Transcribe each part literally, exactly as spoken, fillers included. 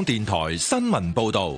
電台新聞報道。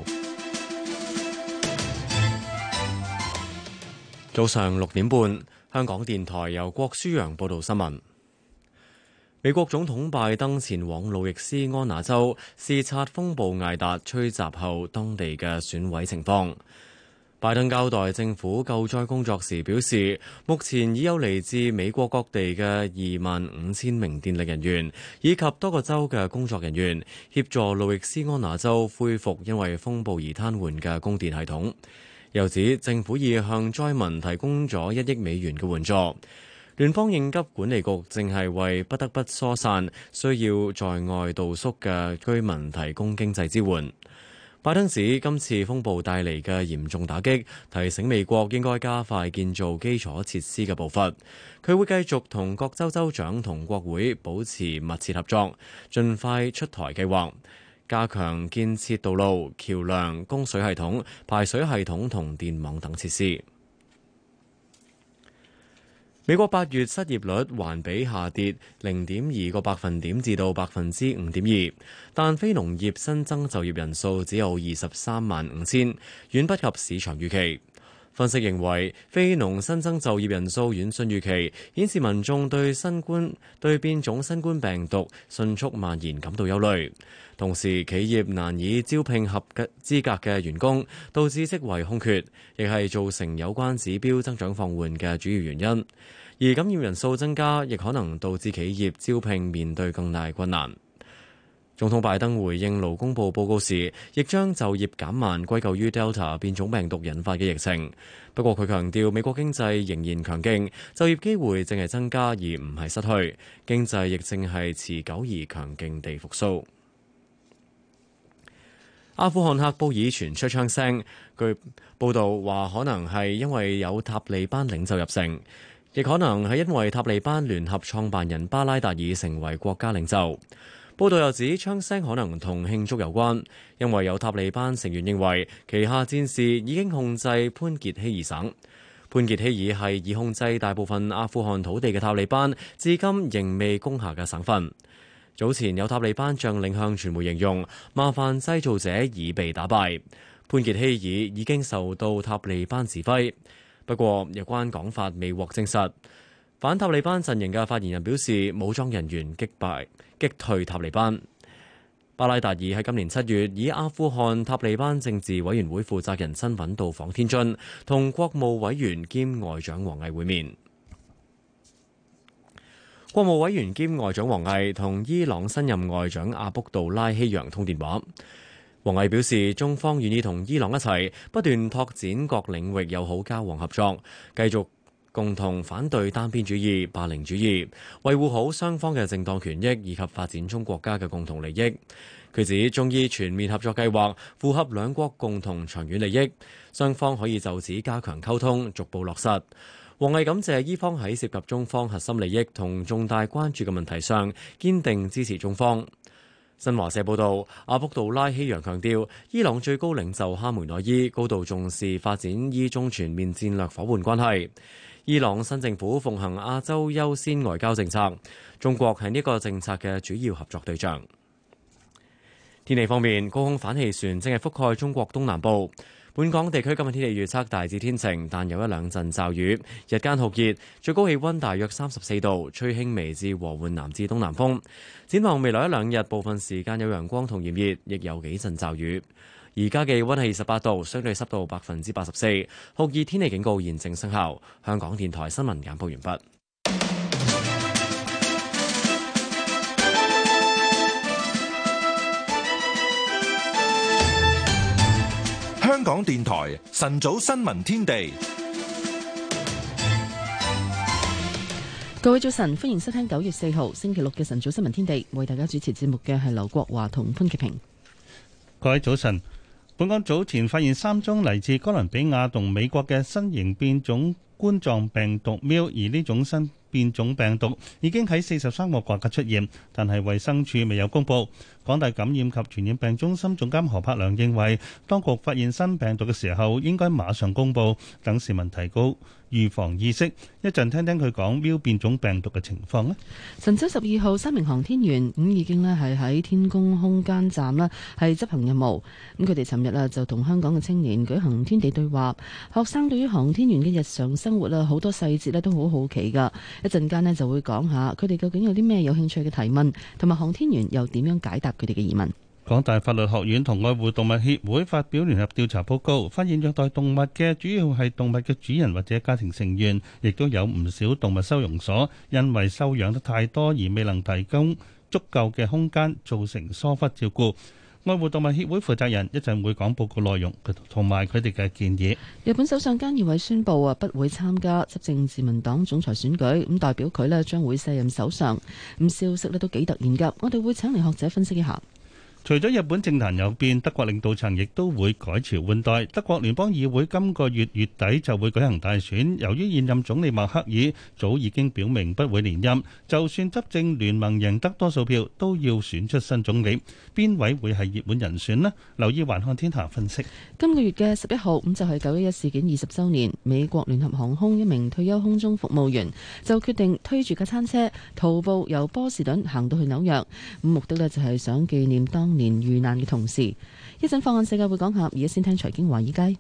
早上六點半，香港電台由郭舒揚報道新聞。美國總統拜登前往路易斯安那州視察風暴艾達吹襲後當地嘅損毀情況。拜登交代政府救災工作時表示，目前已有嚟自美國各地嘅二萬五千名電力人員以及多個州嘅工作人員協助路易斯安那州恢復因為風暴而癱瘓嘅供電系統。又指政府已向災民提供咗一億美元嘅援助。聯邦應急管理局正係為不得不疏散、需要在外度宿嘅居民提供經濟支援。拜登指今次風暴帶嚟嘅嚴重打擊，提醒美國應該加快建造基礎設施嘅步伐。佢會繼續同各州州長同國會保持密切合作，盡快出台計劃，加強建設道路、橋樑、供水系統、排水系統同電網等設施。美國八月失業率環比下跌零點二個百分點至到百分之五點二，但非農業新增就業人數只有二十三萬五千，遠不及市場預期。分析認為，非農新增就業人數遠遜預期，顯示民眾對新冠對變種新冠病毒迅速蔓延感到憂慮。同時，企業難以招聘合格資格嘅員工，導致職位空缺，亦係造成有關指標增長放緩嘅主要原因。而感染人數增加，亦可能導致企業招聘面對更大困難。總統拜登回應勞工部報告時，亦將就業減慢歸咎於 Delta 變種病毒引發嘅疫情。不過佢強調，美國經濟仍然強勁，就業機會正係增加而唔係失去，經濟亦正係持久而強勁地復甦。阿富汗喀布爾傳出槍聲，據報道話可能係因為有塔利班領袖入城。亦可能係因為塔利班聯合創辦人巴拉達爾成為國家領袖。報道又指槍聲可能同慶祝有關，因為有塔利班成員認為旗下戰士已經控制潘傑希爾省。潘傑希爾係已控制大部分阿富汗土地嘅塔利班，至今仍未攻下嘅省份。早前有塔利班將領向傳媒形容，麻煩製造者已被打敗。潘傑希爾已經受到塔利班指揮。不過，有關講法未獲證實。反塔利班陣營嘅發言人表示，武裝人員擊敗擊退塔利班。巴拉達爾喺今年七月以阿富汗塔利班政治委員會負責人身份到訪天津，同國務委員兼外長王毅會面。國務委員兼外長王毅同伊朗新任外長阿卜杜拉希揚通電話。王毅表示，中方願意同伊朗一齊不斷拓展各領域友好交往合作，繼續共同反對單邊主義、霸凌主義，維護好雙方嘅正當權益以及發展中國家嘅共同利益。佢指中伊全面合作計劃符合兩國共同長遠利益，雙方可以就此加強溝通，逐步落實。王毅感謝伊方喺涉及中方核心利益同重大關注嘅問題上，堅定支持中方。新華社報道，阿卜杜拉希揚強調，伊朗最高領袖哈梅內伊高度重視發展伊中全面戰略夥伴關係。伊朗新政府奉行亞洲優先外交政策，中國係呢個政策嘅主要合作對象。天氣方面，高空反氣旋正係覆蓋中國東南部。本港地區今日天氣預測大致天晴，但有一兩陣驟雨。日間酷熱，最高氣溫大約三十四度，吹輕微至和緩南至東南風。展望未來一兩日，部分時間有陽光同炎熱，亦有幾陣驟雨。而家嘅溫係二十八度，相對濕度百分之八十四，酷熱天氣警告現正生效。香港電台新聞簡報完畢。 香港電台晨早新聞天地， 各位早晨，歡迎收聽九月四號星期六嘅晨早新聞天地，為大家主持節目嘅係劉國華同潘潔平。 各位早晨，本港早前發現三宗嚟自哥倫比亞同美國嘅新型變種冠狀病毒 Mu， 而呢種新變種病毒已經喺四十三個國家出現，但係衛生署未有公佈。港大感染及傳染病中心總監何柏良認為，當局發現新病毒嘅時候應該馬上公佈，等市民提高預防意識。一陣聽聽佢講喵變種病毒嘅情況咧。 神舟十二號三名航天員咁已經咧係喺天宮空間站啦，係執行任務。咁佢哋尋日啊就同香港嘅青年舉行天地對話，學生對於航天員嘅日常生活啊好多細節咧都好好奇㗎。一陣間咧就會講下佢哋究竟有啲咩有興趣嘅提問，同埋航天員又點樣解答佢哋嘅疑問。 港大法律學院同愛護動物協會發表聯合調查報告，發現虐待動物嘅主要係動物嘅主人或者家庭成員，亦都有唔少動物收容所因為收養得太多而未能提供足夠嘅空間，造成疏忽照顧。愛護動物協會負責人一陣會講報告內容同埋佢哋嘅建議。 日本首相菅義偉宣布啊，不會參加執政自民黨總裁選舉，咁代表佢咧將會卸任首相。咁消息咧都幾突然㗎，我哋會請嚟學者分析一下。 除咗日本政壇有變，德國領導層亦都會改朝換代。德國聯邦議會今個月月底就會舉行大選，由於現任總理默克爾早已經表明不會連任，就算執政聯盟贏得多數票，都要選出新總理。邊位會係熱門人選呢？留意環看天下分析。 今個月嘅十一號，咁就係九一一事件二十週年，美國聯合航空一名退休空中服務員就決定推住架餐車徒步由波士頓行到去紐約，咁目的呢就係想紀念當年遇難嘅同事。一陣放眼世界會講下，而家先聽財經華爾街。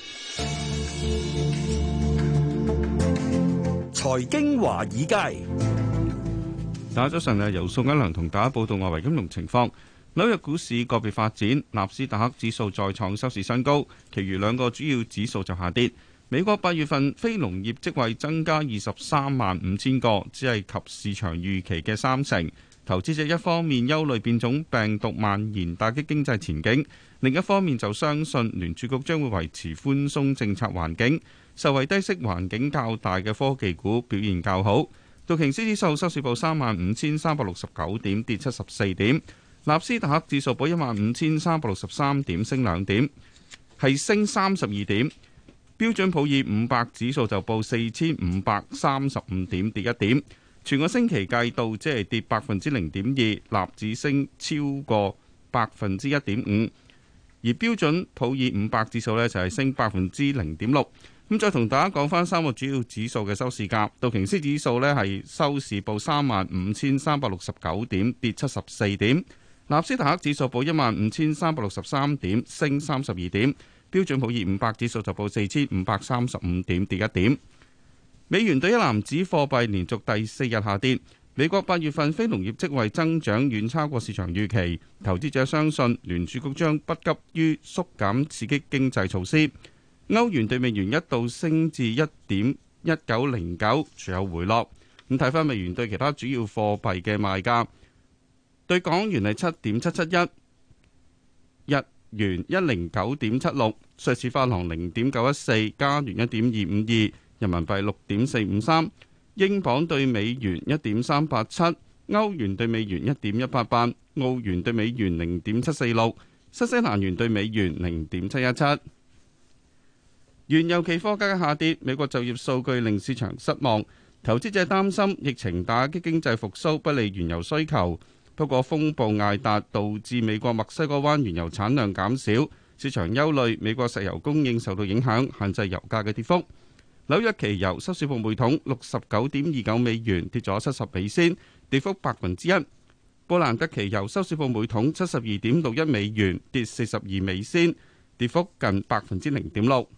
財經華爾街， 大家早晨啊！由宋一良同大家報道外圍金融情況。紐約股市個別發展，納斯達克指數再創收市新高，其餘兩個主要指數就下跌。美國八月份非農業職位增加二十三萬五千個，只係及市場預期嘅三成。投資者一方面憂慮變種病毒蔓延打擊經濟前景，另一方面就相信聯儲局將會維持寬鬆政策環境。受惠低息環境較大嘅科技股表現較好。道瓊斯指數收市報三萬五千三百六十九點，跌七十四點。納斯達克指數報一萬五千三百六十三點，升兩點，係升三十二點。標準普爾五百指數就報四千五百三十五點，跌一點。全個星期計道即係跌百分之零點二，納指升超過百分之一點五，而標準普爾五百指數呢就係升百分之零點六。咁再同大家講翻三個主要指數嘅收市價，道瓊斯指數呢係收市報三萬五千三百六十九點，跌七十四點；納斯達克指數報一萬五千三百六十三點，升三十二點；標準普爾五百指數就報四千五百三十五點，跌一點。美元對一籃子貨幣連續第四日下跌。美國八月份非農業職位增長遠超過市場預期，投資者相信聯儲局將不急於縮減刺激經濟措施。歐元對美元一度升至一點一九零九，隨後回落。咁睇返美元對其他主要貨幣嘅賣價，對港元係七點七七一，日元一零九點七六，瑞士法郎零點九一四，加元一點二五二。人民幣六點四五三，英鎊對美元一點三八七，歐元對美元一點一八八，澳元對美元零點七四六，新西蘭元對美元零點七一七。原油期貨價格下跌，美國就業數據令市場失望，投資者擔心疫情打擊經濟復甦，不利原油需求。不過風暴艾達導致美國墨西哥灣原油產量減少，市場憂慮美國石油供應受到影響，限制油價嘅跌幅。紐約期油收市報每桶六十九點二九美元，跌咗七十美仙，跌幅百分之一。布蘭特期油收市報每桶七十二點六一美元，跌四十二美仙，跌幅近百分之零點六。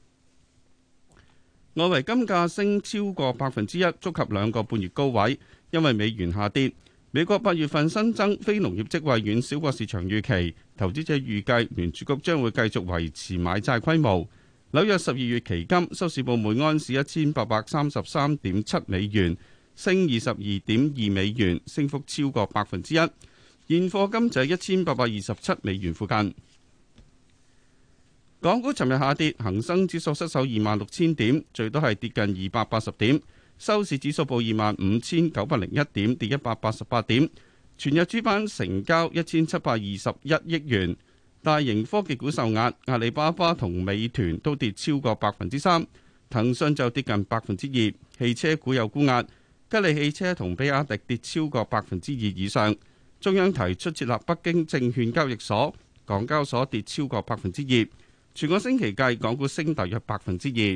外圍金價升超過百分之一，觸及兩個半月高位，因為美元下跌。美國八月份新增非農業職位遠少過市場預期，投資者預計聯儲局將會繼續維持買債規模。紐約十二月期金收市報每安士一千八百三十三點七美元，升二十二點二美元，升幅超過百分之一。現貨金就喺一千八百二十七美元附近。港股尋日下跌，恒生指數失守二萬六千點，最多係跌近二百八十點，收市指數報二萬五千九百零一點，跌一百八十八點。全日主板成交一千七百二十一億元。大型科技股受壓，阿里巴巴同美團都跌超過百分之三，騰訊就跌近百分之二。汽車股有沽壓， 吉利汽車同比亞迪跌超過百分之二以上。中央提出設立北京證券交易所，港交所跌超過百分之二。全個星期計，港股升大約百分之二。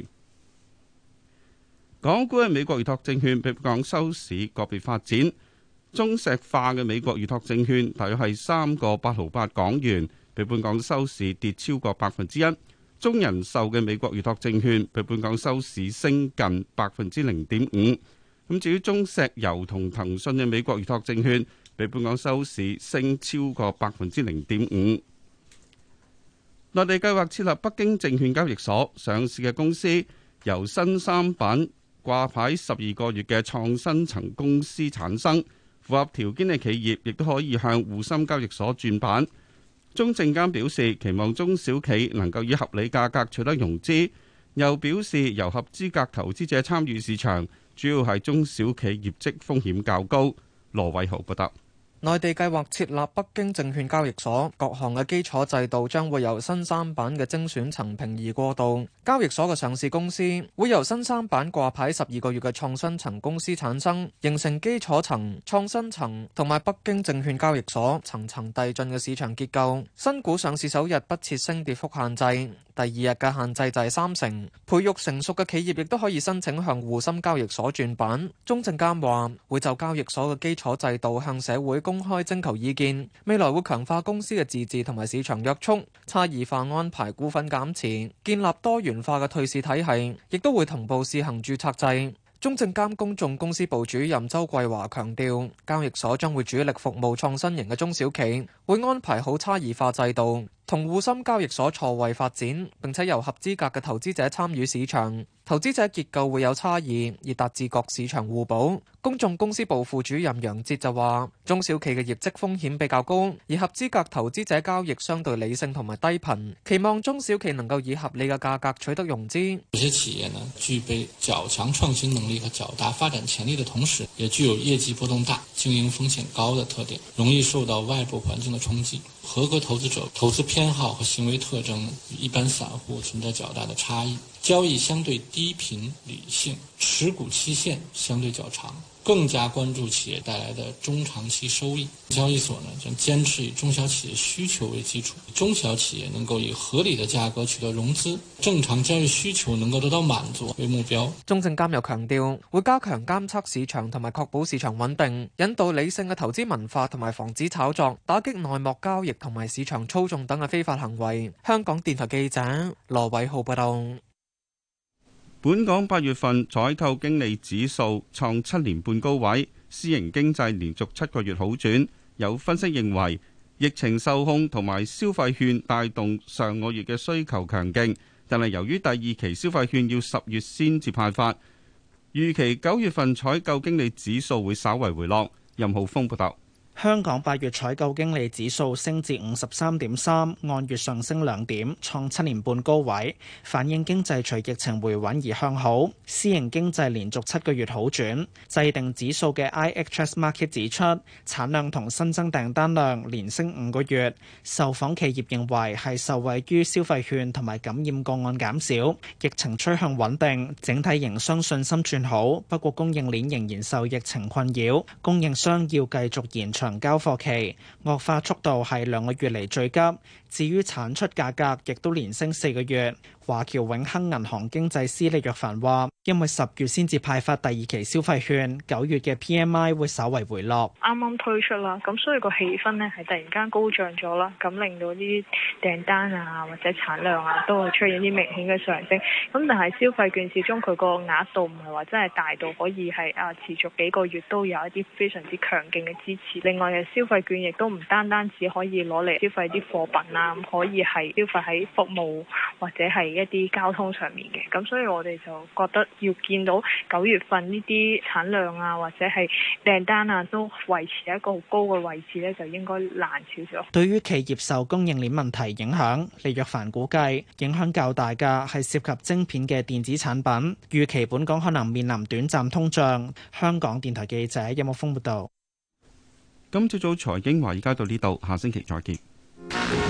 港股嘅美國預託證券比本港收市個別發展。中石化嘅美國預託證券大約係三個八毫八港元，比本港收市跌超過百分之一。中人壽嘅美國預託證券比本港收市升近百分之零點五。咁至於中石油同騰訊嘅美國預託證券比本港收市升超過百分之零點五。內地計劃設立北京證券交易所，上市嘅公司由新三板掛牌十二個月嘅創新層公司產生，符合條件嘅企業亦都可以向滬深交易所轉板。中證監表示期望中小企能夠以合理價格取得融資，又表示由合資格投資者參與市場，主要係中小企業績風險較高。羅偉豪報道。 內地計劃設立北京證券交易所，各項嘅基礎制度將會由新三板嘅精選層平移過渡。交易所嘅上市公司會由新三板掛牌十二個月嘅創新層公司產生，形成基礎層、創新層同埋北京證券交易所層層遞進嘅市場結構。新股上市首日不設升跌幅限制，第二日嘅限制就係三成。培育成熟嘅企業亦都可以申請向滬深交易所轉板。中證監話會就交易所嘅基礎制度向社會公開徵求意見，未來會強化公司嘅自治同埋市場約束，差異化安排股份減持，建立多元化嘅退市體系，亦都會同步試行註冊制。中證監公眾公司部主任周桂華強調，交易所將會主力服務創新型嘅中小企，會安排好差異化制度，同滬深交易所錯位發展，並且由合資格嘅投資者參與市場，投資者結構會有差異，以達至各市場互補。公眾公司部副主任楊哲就話，中小企嘅業績風險比較高，而合資格投資者交易相對理性同埋低頻，期望中小企能夠以合理嘅價格取得融資。 這些企業呢，具備較強創新能力和較大發展潛力的同時，也具有業績波動大、經營風險高的特點，容易受到外部環境的衝擊。合格投資者投資偏好和行為特徵與一般散戶存在較大的差異，交易相對低頻理性，持股期限相對較長，更加關注企業帶來的中長期收益。交易所呢將堅持以中小企業需求為基礎，中小企業能夠以合理的價格取得融資，正常交易需求能夠得到滿足為目標。 中證監又強調會加強監測市場同埋確保市場穩定，引導理性嘅投資文化同埋防止炒作，打擊內幕交易同埋市場操縱等嘅非法行為。香港電台記者羅偉浩報道。 本港八月份採購經理指數創七年半高位，私營經濟連續七個月好轉。有分析認為，疫情受控同埋消費券帶動上個月嘅需求強勁，但係由於第二期消費券要十月先至派發，預期九月份採購經理指數會稍為回落。任浩峰報道。 香港八月採購經理指數升至五十三點三，按月上升兩點，創七年半高位，反映經濟隨疫情回穩而向好。私營經濟連續七個月好轉。制定指數嘅 I H S Markit 指出，產量同新增訂單量連升五個月。受訪企業認為係受惠於消費券同埋感染個案減少，疫情趨向穩定，整體營商信心轉好。不過供應鏈仍然受疫情困擾，供應商要繼續延長交貨期，惡化速度係兩個月嚟最急。至於產出價格，亦都連升四個月。華僑永亨銀行經濟師李若凡話，因為十月先至派發第二期消費券，九月嘅 P M I 會稍為回落。 啱啱推出啦，咁所以個氣氛呢係突然間高漲咗啦，咁令到啲訂單啊或者產量啊都會出現啲明顯嘅上升。咁但係消費券始終佢個額度唔係話真係大到可以係啊持續幾個月都有一啲非常之強勁嘅支持。另外嘅消費券亦都唔單單只可以攞嚟消費啲貨品啊，可以係消費喺服務或者係一啲交通上面嘅。咁所以我哋就覺得要見到九月份呢啲產量啊或者係訂單啊都維持一個好高嘅位置咧，就應該難少少。 對於企業受供應鏈問題影響，李若凡估計影響較大嘅係涉及晶片嘅電子產品，預期本港可能面臨短暫通脹。香港電台記者任木峰報道。 今朝早財經華爾街到呢度，下星期再見。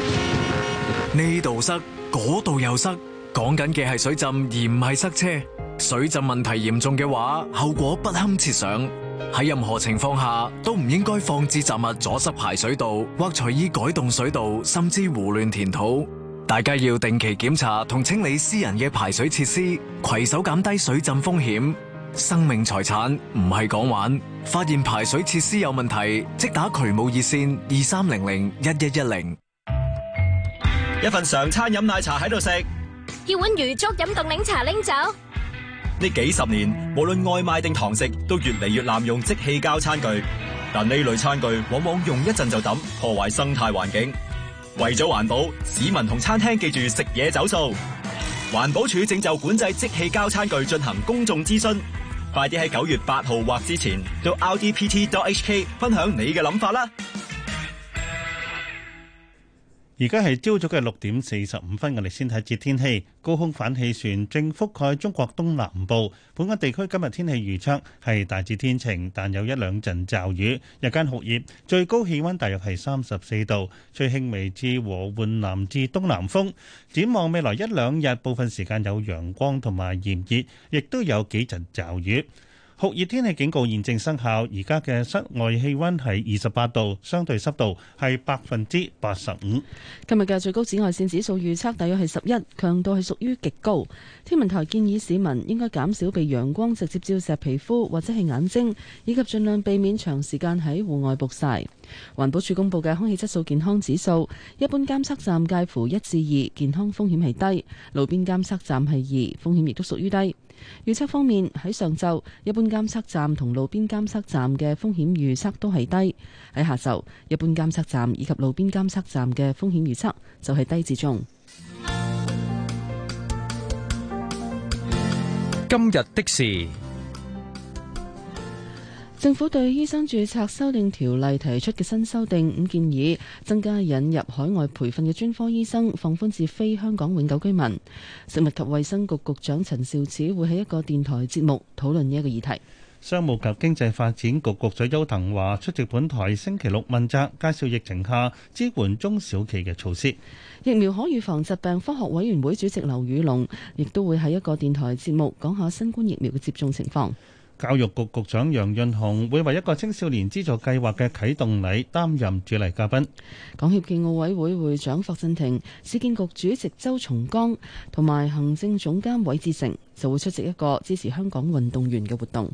呢度塞，嗰度又塞，講緊嘅係水浸而唔係塞車。 水浸問題嚴重嘅話，後果不堪設想。喺任何情況下都唔應該放置雜物阻塞排水道，或隨意改動水道，甚至胡亂填土。大家要定期檢查同清理私人嘅排水設施，攜手減低水浸風險。生命財產唔係講玩，發現排水設施有問題，即打渠務熱線二三零零一一一零。 一份常餐飲奶茶喺度食， 要碗魚粥飲凍檸茶拎走。 呢幾十年，無論外賣定堂食，都越嚟越濫用即棄膠餐具。但呢類餐具往往用一陣就抌，破壞生態環境。為咗環保，市民同餐廳記住食嘢走塑。環保署正就管制即棄膠餐具進行公眾諮詢，快啲喺九月八號或之前到 R D P T dot H K 分享你嘅諗法啦。 而家係朝早嘅六點四十五分，我哋先睇節天氣。高空反氣旋正覆蓋中國東南部，本港地區今日天氣預測係大致天晴，但有一兩陣驟雨，日間酷熱，最高氣溫大約係三十四度，吹輕微至和緩南至東南風。展望未來一兩日，部分時間有陽光同埋炎熱，亦都有幾陣驟雨。酷熱天氣警告現正生效，而家嘅室外氣溫係二十八度，相對濕度係百分之八十五。 今日嘅最高紫外線指數預測大約係十一，強度係屬於極高。天文台建議市民應該減少被陽光直接照射皮膚或者係眼睛，以及盡量避免長時間喺戶外曝曬。環保署公布嘅空氣質素健康指數，一般監測站介乎一至二，健康風險係低；路邊監測站係二，風險亦都屬於低。預測方面，喺上晝，一般監測站同路邊監測站嘅風險預測都係低；喺下晝，一般監測站以及路邊監測站嘅風險預測就係低至中。 今日的事， 政府對醫生註冊修訂條例提出嘅新修訂，咁建議增加引入海外培訓嘅專科醫生，放寬至非香港永久居民。食物及衛生局局長陳肇始會喺一個電台節目討論呢一個議題。 商務及經濟發展局局長邱騰華出席本台星期六問責，介紹疫情下支援中小企嘅措施。 疫苗可預防疾病科學委員會主席劉宇龍亦都會喺一個電台節目講下新冠疫苗嘅接種情況。 教育局局長楊潤雄會為一個青少年資助計劃嘅啟動禮擔任主禮嘉賓。 港協暨奧委會會長霍震霆、市建局主席周松崗同埋行政總監韋志成就會出席一個支持香港運動員嘅活動。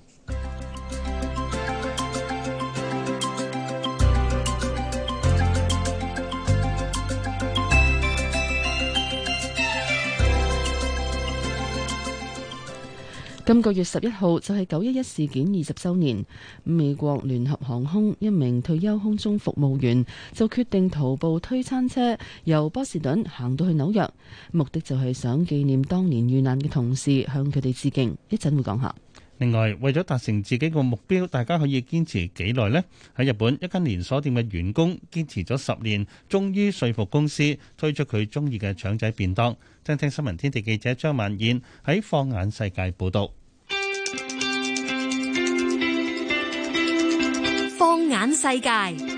今個月十一號就係九一一事件二十週年，美國聯合航空一名退休空中服務員就決定徒步推餐車由波士頓行到去紐約，目的就係想紀念當年遇難嘅同事，向佢哋致敬。一陣會講下。 另外，為咗達成自己個目標，大家可以堅持幾耐呢？喺日本，一間連鎖店嘅員工堅持咗十年，終於說服公司推出佢中意嘅腸仔便當。聽聽新聞天地記者張萬燕喺放眼世界報道。 放眼世界。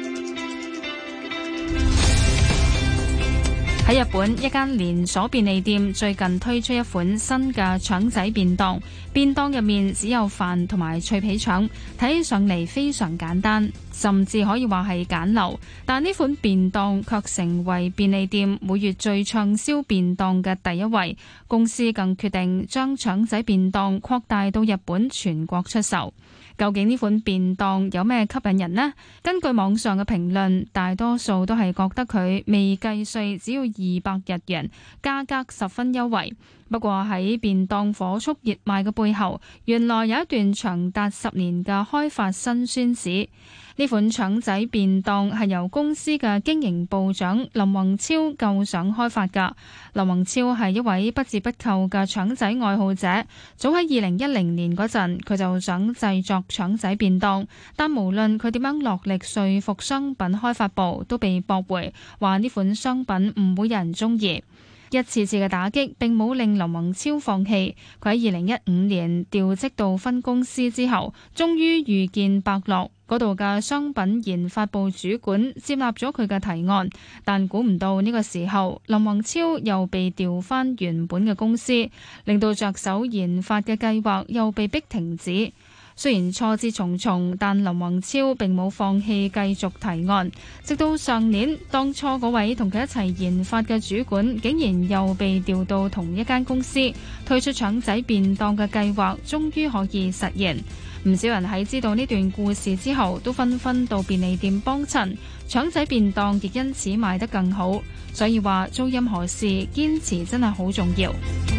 喺日本，一間連鎖便利店最近推出一款新嘅腸仔便當，便當入面只有飯同埋脆皮腸，睇起上嚟非常簡單，甚至可以話係簡陋。但呢款便當卻成為便利店每月最暢銷便當嘅第一位。公司更決定將腸仔便當擴大到日本全國出售。究竟呢款便當有咩吸引人呢？根據網上嘅評論，大多數都係覺得佢未計稅，只要二百日元，價格十分優惠。不過喺便當火速熱賣嘅背後，原來有一段長達十年嘅開發辛酸史。呢款腸仔便當係由公司嘅經營部長林宏超構想開發㗎。林宏超係一位不折不扣嘅腸仔愛好者。早喺二零一零年嗰陣，佢就想製作腸仔便當，但無論佢點樣落力說服商品開發部，都被駁回，話呢款商品唔會有人鍾意。 一次次嘅打擊並冇令林宏超放棄。佢喺二零一五年調職到分公司之後，終於遇見伯樂。嗰度嘅商品研發部主管接納咗佢嘅提案，但估唔到呢個時候林宏超又被調返原本嘅公司，令到着手研發嘅計劃又被逼停止。雖然挫折重重，但林宏超並冇放棄繼續提案，直到上年，當初嗰位同佢一齊研發嘅主管竟然又被調到同一間公司，推出腸仔便當嘅計劃終於可以實現。唔少人喺知道呢段故事之後，都紛紛到便利店幫襯，腸仔便當亦因此賣得更好。所以話做任何事，堅持真係好重要。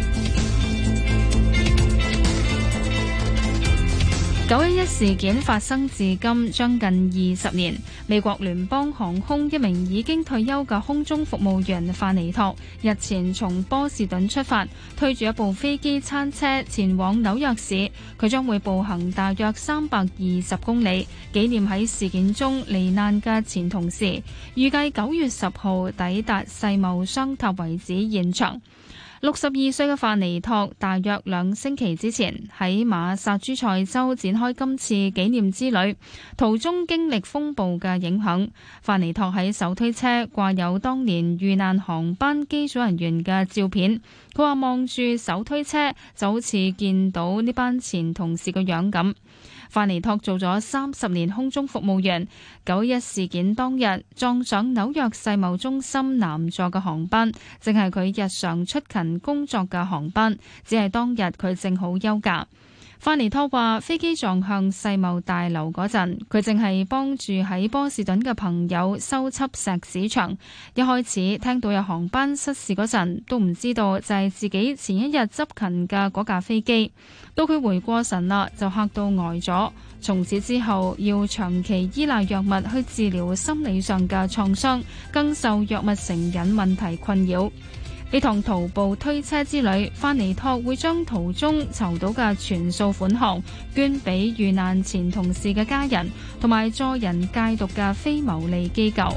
九一一事件發生至今將近二十年，美國聯邦航空一名已經退休嘅空中服務員范尼托日前從波士頓出發，推住一部飛機餐車前往紐約市。佢將會步行大約三百二十公里，紀念喺事件中罹難嘅前同事。預計九月十號抵達世貿雙塔遺址現場。六十二歲嘅范尼托大約兩星期之前喺馬薩諸塞州展開今次紀念之旅，途中經歷風暴嘅影響。范尼托喺手推車掛有當年遇難航班機組人員嘅照片，佢話望住手推車就好似見到呢班前同事嘅樣咁。范尼托做咗三十年空中服務員，九一事件當日撞上紐約世貿中心南座嘅航班，正係佢日常出勤工作嘅航班，只係當日佢正好休假。范尼托話：飛機撞向世貿大樓嗰陣，佢淨係幫住喺波士頓嘅朋友修葺石屎牆。一開始聽到有航班失事嗰陣，都唔知道就係自己前一日執勤嘅嗰架飛機。到佢回過神啦，就嚇到呆咗。從此之後，要長期依賴藥物去治療心理上嘅創傷，更受藥物成癮問題困擾。呢趟徒步推車之旅，范尼托會將途中籌到嘅全數款項捐俾遇難前同事嘅家人，同埋助人戒毒嘅非牟利機構。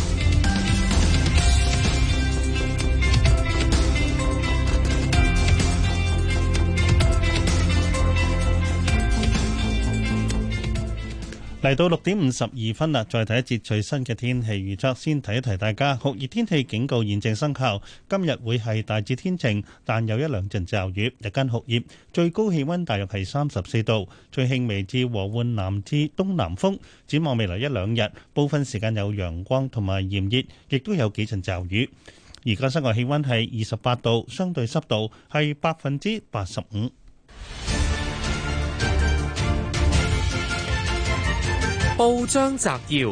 嚟到六點五十二分啦，再睇一節最新嘅天氣預測。先提一提大家，酷熱天氣警告現正生效。今日會係大致天晴，但有一兩陣驟雨，日間酷熱，最高氣溫大約係三十四度，吹輕微至和緩南至東南風。展望未來一兩日，部分時間有陽光同埋炎熱，亦都有幾陣驟雨。而家室外氣溫係二十八度，相對濕度係百分之八十五。 報章摘要：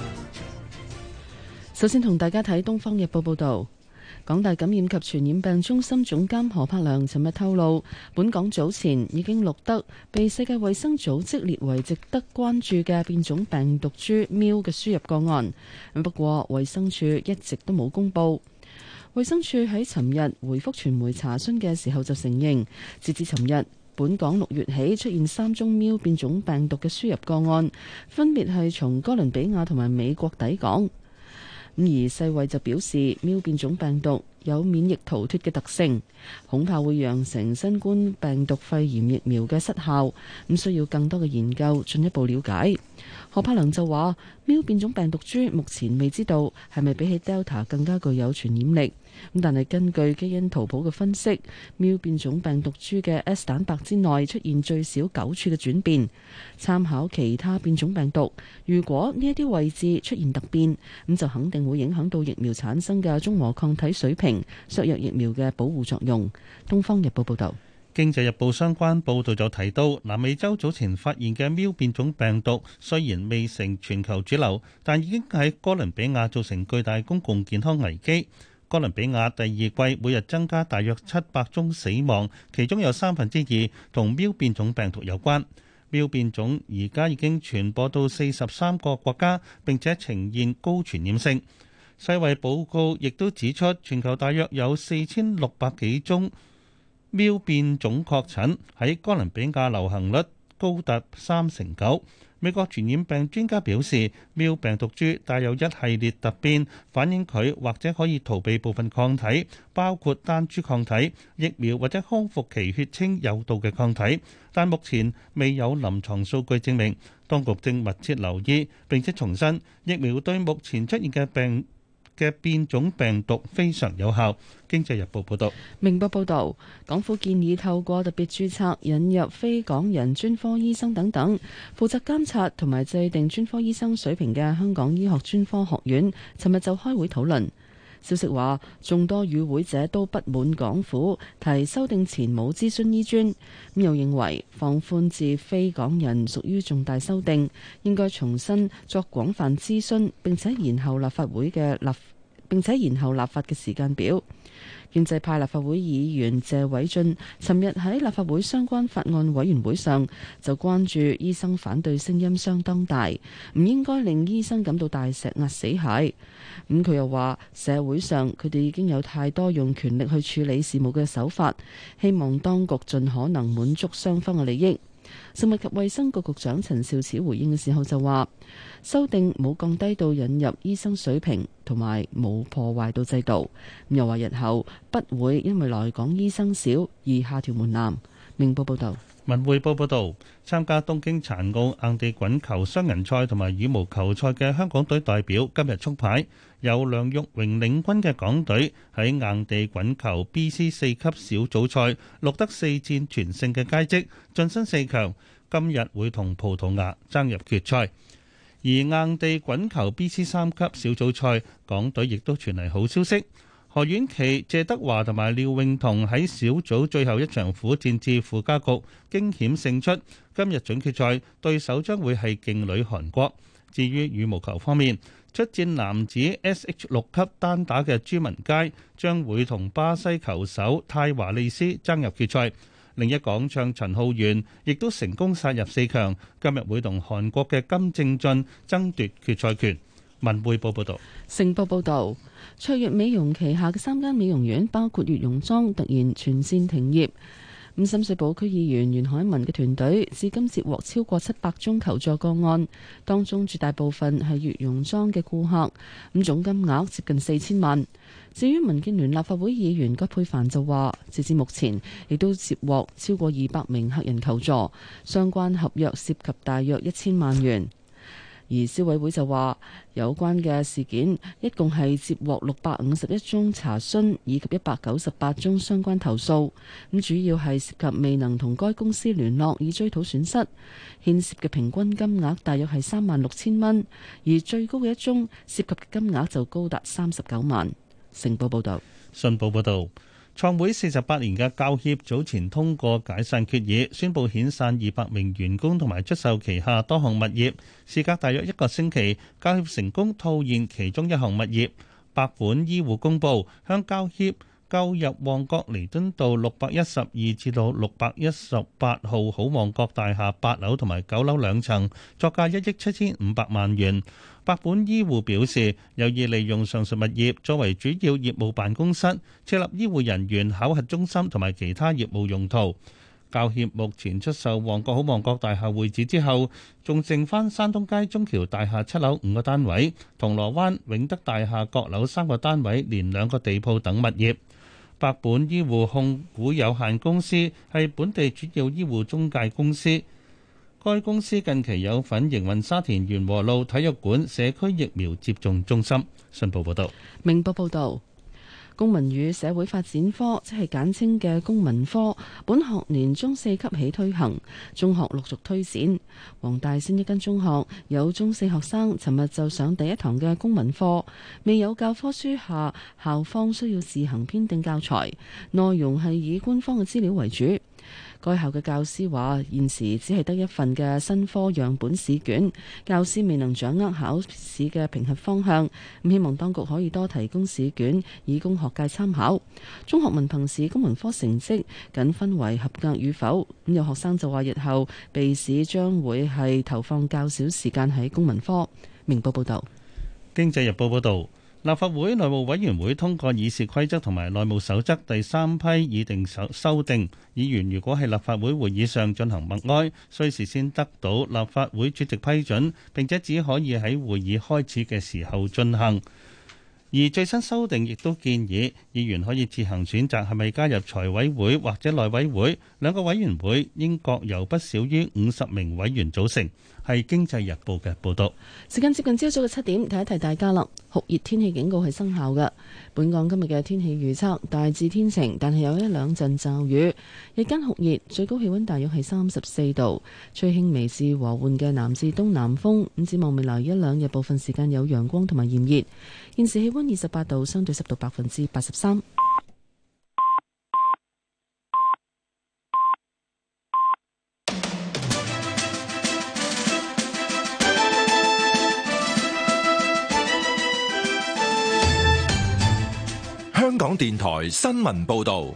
首先同大家睇《東方日報》報道，港大感染及傳染病中心總監何柏良尋日透露，本港早前已經錄得被世界衛生組織列為值得關注嘅變種病毒株 Mu 嘅輸入個案。不過衛生署一直都冇公佈。衛生署喺尋日回覆傳媒查詢嘅時候就承認，截至尋日，本港六月起出現三宗 Mu 變種病毒嘅輸入個案，分別係從哥倫比亞同埋美國抵港。咁而世衛就表示，Mu 變種病毒有免疫逃脫嘅特性，恐怕會釀成新冠病毒肺炎疫苗嘅失效，咁需要更多嘅研究進一步了解。何柏良就話，Mu 變種病毒株目前未知道係咪比起 Delta 更加具有傳染力。咁但係根據基因圖譜嘅分析，Mu 變種病毒株嘅 S 蛋白之內出現最少九處嘅轉變。參考其他變種病毒，如果呢一啲位置出現突變，咁就肯定會影響到疫苗產生嘅中和抗體水平，削弱疫苗嘅保護作用。東方日報報道。 經濟日報相關報導就提到，南美洲早前發現嘅 Mu 變種病毒雖然未成全球主流，但已經喺哥倫比亞造成巨大公共健康危機。哥倫比亞第二季每日增加大約七百宗死亡，其中有三分之二同 Mu 變種病毒有關。Mu 變種而家已經傳播到四十三個國家，並且呈現高傳染性。世衛報告亦都指出，全球大約有四千六百幾宗 Mu 變種確診，喺哥倫比亞流行率高達三成九。 美國傳染病專家表示，Mu 病毒株帶有一系列突變，反映佢或者可以逃避部分抗體，包括單株抗體、疫苗或者康復期血清有度嘅抗體，但目前未有臨床數據證明。當局正密切留意，並且重申疫苗對目前出現嘅病嘅變種病毒非常有效。經濟日報報道。 明報報道，港府建議透過特別註冊引入非港人專科醫生等等，負責監察同埋制定專科醫生水平嘅香港醫學專科學院，尋日就開會討論。消息話，眾多與會者都不滿港府提修訂前冇諮詢醫專，咁又認為放寬至非港人屬於重大修訂，應該重新作廣泛諮詢，並且延後立法會嘅立並且延後立法嘅時間表。建制派立法會議員謝偉俊尋日喺立法會相關法案委員會上就關注醫生反對聲音相當大，唔應該令醫生感到大石壓死蟹。咁、嗯、佢又話社會上佢哋已經有太多用權力去處理事務嘅手法，希望當局盡可能滿足雙方嘅利益。食物及衛生局局長陳肇始回應嘅時候就話，修訂冇降低到引入醫生水平，同埋冇破壞到制度。又話日後不會因為來港醫生少而下調門檻。明報報道。 文匯報報道，參加東京殘奧硬地滾球雙人賽同埋羽毛球賽嘅香港隊代表今日出牌，由梁玉榮領軍嘅港隊喺硬地滾球 B C 四級小組賽錄得四戰全勝嘅佳績，晉身四強。今日會同葡萄牙爭入決賽。而硬地滾球 B C 三級小組賽，港隊亦都傳嚟好消息。何婉琪、謝德華同埋廖永彤喺小組最後一場苦戰至附加局，驚險勝出。今日準決賽對手將會係勁旅韓國。至於羽毛球方面，出戰男子 S H 六級單打嘅朱文佳將會同巴西球手泰華利斯爭入決賽。另一港將陳浩源亦都成功殺入四強，今日會同韓國嘅金正俊爭奪決賽權。文匯報報道。 成報報導，卓越美容旗下嘅三間美容院，包括悦容莊，突然全線停業。咁深水埗區議員袁海文嘅團隊至今接獲超過七百宗求助個案，當中絕大部分係悦容莊嘅顧客，咁總金額接近四千萬。至於民建聯立法會議員葛珮帆就話，截至目前亦都接獲超過二百名客人求助，相關合約涉及大約一千萬元。而消委會就話，有關嘅事件一共係接獲六百五十一宗查詢，以及一百九十八宗相關投訴。咁主要係涉及未能同該公司聯絡以追討損失，牽涉嘅平均金額大約係三萬六千蚊，而最高嘅一宗涉及嘅金額就高達三十九萬。成報報道。 信報報導。創會四十八年嘅教協早前通過解散決議，宣布遣散二百名員工同埋出售旗下多項物業。事隔大約一個星期，教協成功套現其中一項物業。百本醫護公佈向教協購入旺角彌敦道六百一十二至到六百一十八號好旺角大廈八樓同埋九樓兩層，作價一億七千五百萬元。百本醫護表示有意利用上述物業作為主要業務辦公室，設立醫護人員考核中心同埋其他業務用途。教協目前出售旺角好旺角大廈會址之後，仲剩返山東街中橋大廈七樓五個單位、銅鑼灣永德大廈閣樓三個單位連兩個地鋪等物業。百本醫護控股有限公司係本地主要醫護中介公司。該公司近期有份營運沙田源禾路體育館社區疫苗接種中心。信報報道。 明報報道，公民與社會發展科，即係簡稱嘅公民科，本學年中四級起推行，中學陸續推展。黃大仙一間中學有中四學生尋日就上第一堂嘅公民課，未有教科書下，校方需要自行編定教材，內容係以官方嘅資料為主。該校嘅教師話，現時只係得一份嘅新科樣本試卷，教師未能掌握考試嘅評核方向。咁希望當局可以多提供試卷，以供學界參考。中學文憑試公民科成績僅分為合格與否。咁有學生就話，日後備試將會係投放較少時間喺公民科。明報報道。 經濟日報報導。 立法會內務委員會通過議事規則同埋內務守則第三批議定修修訂，議員如果喺立法會會議上進行默哀，需事先得到立法會主席批准，並且只可以喺會議開始嘅時候進行。而最新修訂亦都建議，議員可以自行選擇係咪加入財委會或者內委會，兩個委員會應各由不少於五十名委員組成。係《經濟日報》嘅報導。 時間接近朝早嘅七點，提一提大家啦。酷熱天氣警告係生效嘅。本港今日嘅天氣預測大致天晴，但係有一兩陣驟雨。日間酷熱，最高氣溫大約係三十四度，吹輕微至和緩嘅南至東南風。咁展望未來一兩日，部分時間有陽光同埋炎熱。現時氣溫二十八度，相對濕度百分之八十三。 香港電台新聞報道，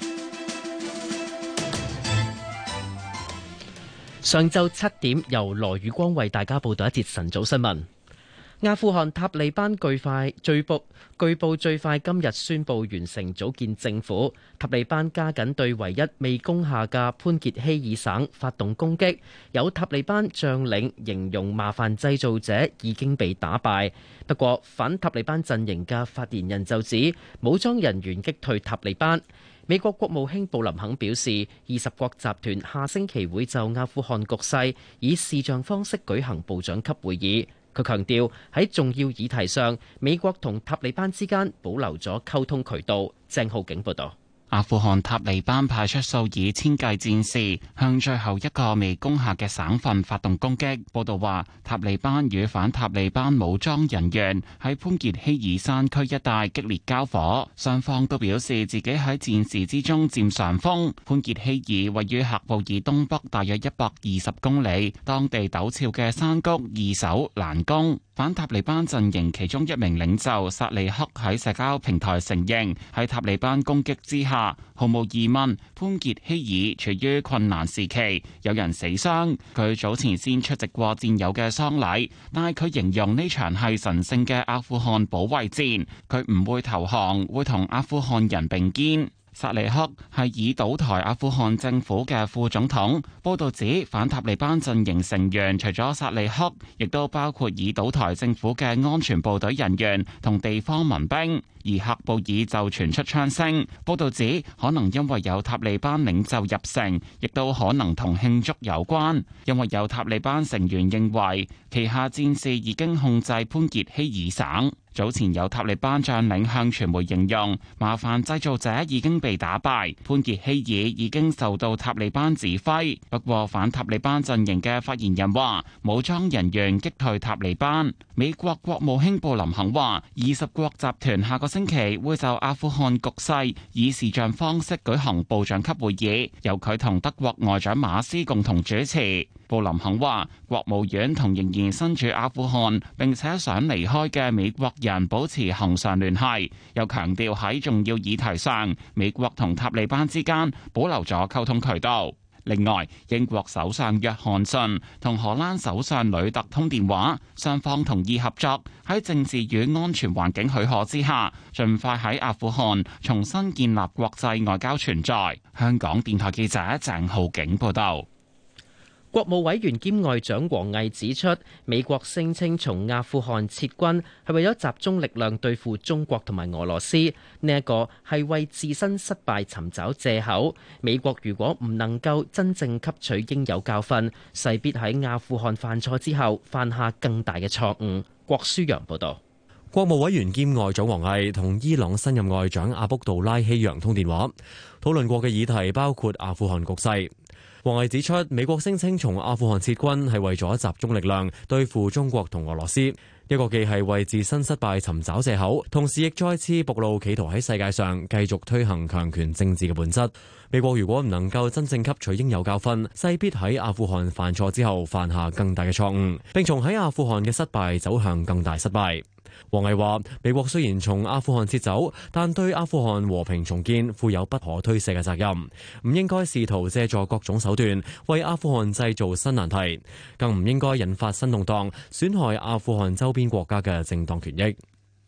上晝七點由羅宇光為大家報道一節晨早新聞。阿富汗塔利班據快據報據報最快今日宣布完成組建政府。塔利班加緊對唯一未攻下嘅潘傑希爾省發動攻擊，有塔利班將領形容麻煩製造者已經被打敗。不過反塔利班陣營嘅發言人就指武裝人員擊退塔利班。美國國務卿布林肯表示，二十國集團下星期會就阿富汗局勢以視像方式舉行部長級會議。佢強調喺重要議題上，美國同塔利班之間保留咗溝通渠道。鄭浩景報道。 阿富汗塔利班派出數以千計戰士向最後一個未攻下嘅省份發動攻擊。報道話，塔利班與反塔利班武裝人員喺潘傑希爾山區一帶激烈交火，雙方都表示自己喺戰事之中佔上風。潘傑希爾位於喀布爾東北大約一百二十公里，當地陡峭嘅山谷易守難攻。反塔利班陣營其中一名領袖薩利克喺社交平台承認，喺塔利班攻擊之下，毫無疑問潘傑希爾處於困難時期，有人死傷。佢早前先出席過戰友嘅喪禮，但係佢形容呢場係神聖嘅阿富汗保衛戰，佢唔會投降，會同阿富汗人並肩。薩利克係已倒台阿富汗政府嘅副總統。報道指反塔利班陣營成員除咗薩利克，亦都包括已倒台政府嘅安全部隊人員同地方民兵。而喀布爾就傳出槍聲，報道指可能因為有塔利班領袖入城，亦都可能同慶祝有關。因為有塔利班成員認為旗下戰士已經控制潘傑希爾省。早前有塔利班將領向傳媒形容，麻煩製造者已經被打敗，潘傑希爾已經受到塔利班指揮。不過反塔利班陣營嘅發言人話，武裝人員擊退塔利班。美國國務卿布林肯話，二十國集團下個星期會就阿富汗局勢以視像方式舉行部長級會議，由佢同德國外長馬斯共同主持。布林肯話，國務院同仍然身處阿富汗並且想離開嘅美國人保持恒常聯繫，又強調喺重要議題上，美國同塔利班之間保留咗溝通渠道。另外，英國首相約翰遜同荷蘭首相呂特通電話，雙方同意合作，喺政治與安全環境許可之下，盡快喺阿富汗重新建立國際外交存在。香港電台記者鄭浩景報道。 國務委員兼外長王毅指出，美國聲稱從阿富汗撤軍係為咗集中力量對付中國同埋俄羅斯，呢一個係為自身失敗尋找藉口。美國如果唔能夠真正吸取應有教訓，勢必喺阿富汗犯錯之後犯下更大嘅錯誤。郭舒陽報道。 國務委員兼外長王毅同伊朗新任外長阿卜杜拉希揚通電話，討論過嘅議題包括阿富汗局勢。王毅指出，美國聲稱從阿富汗撤軍係為咗集中力量對付中國同俄羅斯，一個既係為自身失敗尋找藉口，同時亦再次暴露企圖喺世界上繼續推行強權政治嘅本質。美國如果唔能夠真正吸取應有教訓，勢必喺阿富汗犯錯之後犯下更大嘅錯誤，並從喺阿富汗嘅失敗走向更大失敗。王毅話，美國雖然從阿富汗撤走，但對阿富汗和平重建負有不可推卸嘅責任，唔應該試圖借助各種手段為阿富汗製造新難題，更唔應該引發新動盪，損害阿富汗周邊國家嘅正當權益。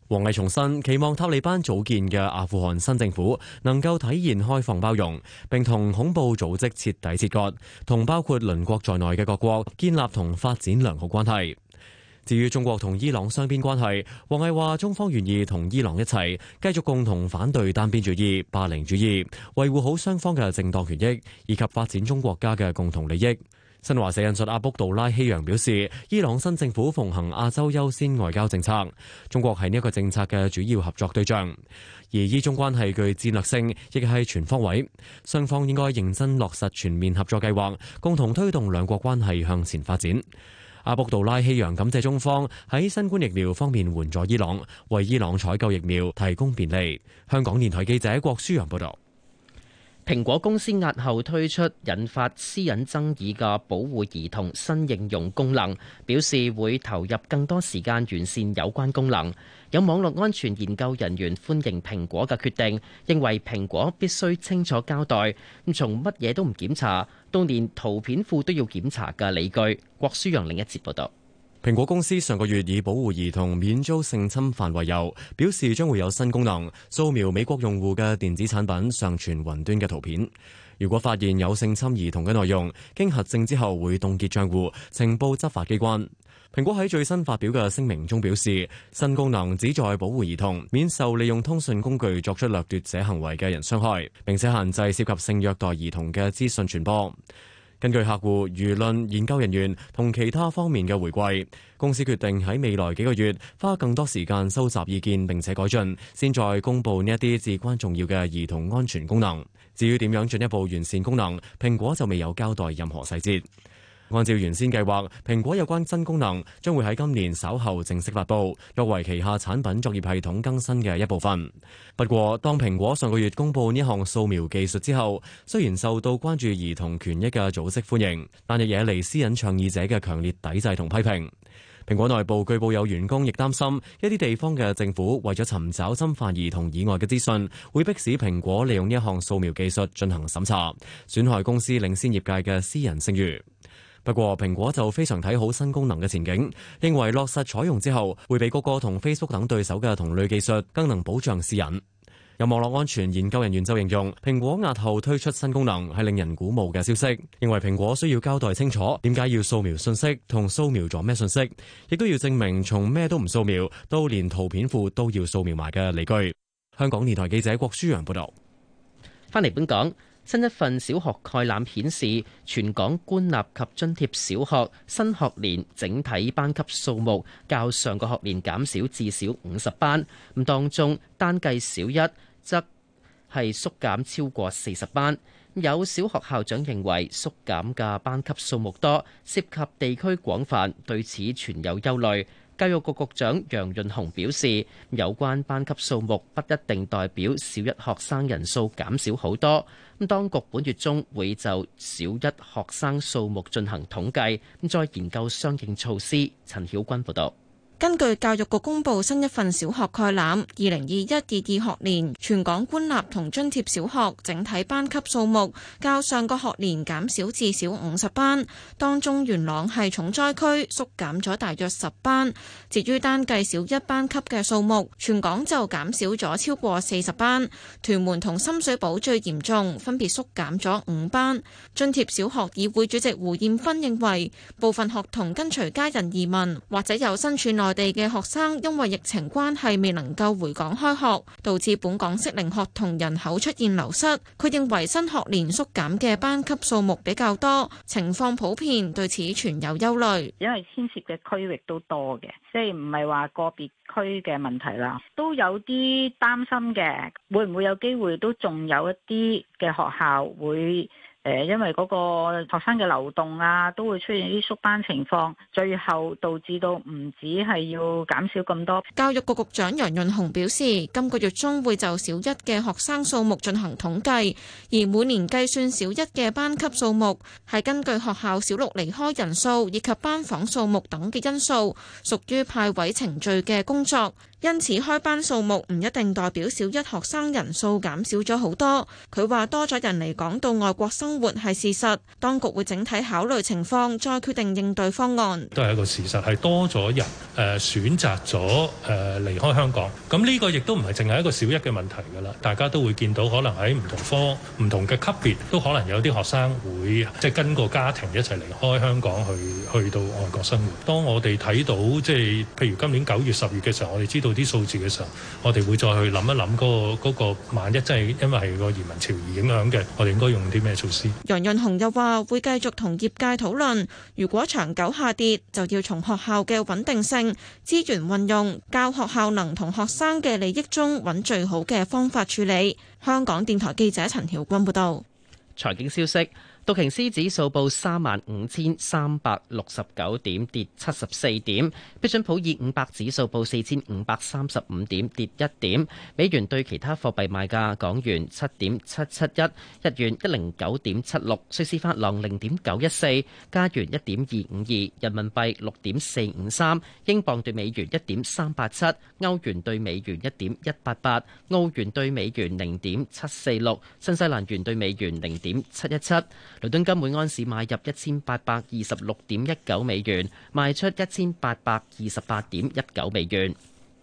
王毅重申，期望塔利班組建嘅阿富汗新政府能夠體現開放包容，並同恐怖組織徹底切割，同包括鄰國在內嘅各國建立同發展良好關係。至於中國同伊朗雙邊關係，王毅話中方願意同伊朗一齊繼續共同反對單邊主義、霸凌主義，維護好雙方嘅正當權益，以及發展中國家嘅共同利益。新華社引述阿卜杜拉希揚表示，伊朗新政府奉行亞洲優先外交政策，中國係呢一個政策嘅主要合作對象。而伊中關係具戰略性，亦係全方位，雙方應該認真落實全面合作計劃，共同推動兩國關係向前發展。阿卜杜拉希揚感謝中方喺新冠疫苗方面援助伊朗，為伊朗採購疫苗提供便利。香港電台記者郭舒揚報導。 蘋果公司押後推出引發私隱爭議嘅保護兒童新應用功能，表示會投入更多時間完善有關功能。有網絡安全研究人員歡迎蘋果嘅決定，認為蘋果必須清楚交代，咁從乜嘢都唔檢查到連圖片庫都要檢查嘅理據。郭舒陽另一節報道。 蘋果公司上個月以保護兒童免遭性侵犯為由，表示將會有新功能，掃描美國用戶嘅電子產品上傳雲端嘅圖片。如果發現有性侵兒童嘅內容，經核證之後會凍結賬戶，呈報執法機關。蘋果喺最新發表嘅聲明中表示，新功能旨在保護兒童免受利用通訊工具作出掠奪者行為嘅人傷害，並且限制涉及性虐待兒童嘅資訊傳播。根據客戶、輿論、研究人員同其他方面嘅回饋，公司決定喺未來幾個月花更多時間收集意見並且改進，先再公佈呢一啲至關重要嘅兒童安全功能。至於點樣進一步完善功能，蘋果就未有交代任何細節。按照原先計劃，蘋果有關新功能將會喺今年稍後正式發布，作為旗下產品作業系統更新嘅一部分。不過，當蘋果上個月公佈呢項掃描技術之後，雖然受到關注兒童權益嘅組織歡迎，但亦惹嚟私隱倡議者嘅強烈抵制同批評。蘋果內部據報有員工亦擔心，一啲地方嘅政府為咗尋找侵犯兒童以外嘅資訊，會迫使蘋果利用呢一項掃描技術進行審查，損害公司領先業界嘅私人聲譽。不過，蘋果就非常睇好新功能嘅前景，認為落實採用之後，會比谷歌同 Facebook 等對手嘅同類技術更能保障私隱。有網絡安全研究人員就形容，蘋果押後推出新功能係令人鼓舞嘅消息，認為蘋果需要交代清楚點解要掃描信息同掃描咗咩信息，亦都要證明從咩都唔掃描到連圖片庫都要掃描埋嘅理據。香港電台記者郭舒陽報導。 翻嚟本港。新一份小學概覽顯示，全港官立及津貼小學新學年整體班級數目較上個學年減少至少五十班，咁當中單計小一則係縮減超過四十班。有小學校長認為縮減嘅班級數目多，涉及地區廣泛，對此存有憂慮。教育局局長楊潤雄表示，有關班級數目不一定代表小一學生人數減少好多。咁當局本月中會就小一學生數目進行統計，咁再研究相應措施。陳曉君報導。 根據教育局公布新一份小學概覽，二零二一、二二學年全港官立同津貼小學整體班級數目較上個學年減少至少五十班，當中元朗係重災區，縮減咗大約十班。至於單計小一班級嘅數目，全港就減少咗超過四十班。屯門同深水埗最嚴重，分別縮減咗五班。津貼小學議會主席胡艷芬認為，部分學童跟隨家人移民，或者有身處內地嘅學生因為疫情關係未能夠回港開學，導致本港適齡學童人口出現流失。佢認為新學年縮減嘅班級數目比較多，情況普遍，對此存有憂慮。 因為牽涉嘅區域都多嘅，即係唔係話個別區嘅問題啦，都有啲擔心嘅，會唔會有機會都仲有一啲嘅學校會誒，因為嗰個學生嘅流動啊，都會出現啲縮班情況，最後導致到唔止係要減少咁多。 教育局局長楊潤雄表示，今個月中會就小一嘅學生數目進行統計，而每年計算小一嘅班級數目係根據學校小六離開人數以及班房數目等嘅因素，屬於派位程序嘅工作。 因此開班數目唔一定代表小一學生人數減少咗好多。佢話多咗人嚟港到外國生活係事實，當局會整體考慮情況，再決定應對方案。 都係一個事實，係多咗人誒選擇咗誒離開香港。咁呢個亦都唔係淨係一個小一嘅問題㗎啦，大家都會見到可能喺唔同科、唔同嘅級別，都可能有啲學生會即係跟個家庭一齊離開香港去去到外國生活。當我哋睇到即係譬如今年九月、十月嘅時候，我哋知道啲數字嘅時候，我哋會再去諗一諗嗰個嗰個萬一真係因為係個移民潮而影響嘅，我哋應該用啲咩措施？ 楊潤雄又話會繼續同業界討論，如果長久下跌，就要從學校嘅穩定性、資源運用、教學效能同學生嘅利益中揾最好嘅方法處理。香港電台記者陳曉君報道。 財經消息。道瓊斯指數報三萬五千三百六十九點，跌七十四點。標準普爾五百指數報四千五百三十五點，跌一點。美元對其他貨幣賣價：港元七點七七一，日元一零九點七六，瑞士法郎零點九一四，加元一點二五二，人民幣六點四五三，英鎊對美元一點三八七，歐元對美元一點一八八，澳元對美元零點七四六，新西蘭元對美元零點七一七。倫敦金每盎司買入一千八百二十六點一九美元，賣出一千八百二十八點一九美元。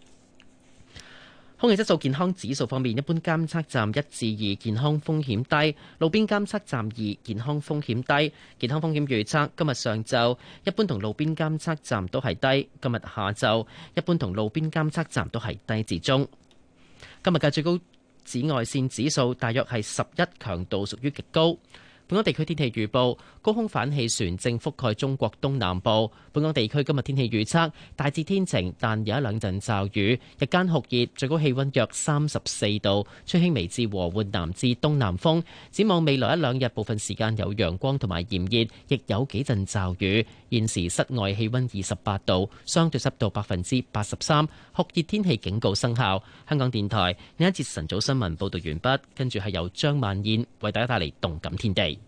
空氣質素健康指數方面，一般監測站一至二，健康風險低；路邊監測站二，健康風險低。健康風險預測今日上晝一般同路邊監測站都係低，今日下晝一般同路邊監測站都係低至中。今日嘅最高紫外線指數大約係十一，強度屬於極高。本港地區天氣預報，高空反氣旋正覆蓋中國東南部。本港地區今日天氣預測大致天晴，但有一兩陣驟雨。日間酷熱，最高氣溫約三十四度，吹輕微至和緩南至東南風。展望未來一兩日，部分時間有陽光同埋炎熱，亦有幾陣驟雨。現時室外氣溫二十八度，相對濕度百分之八十三，酷熱天氣警告生效。香港電台呢一節晨早新聞報道完畢，跟住係由張萬燕為大家帶嚟動感天地。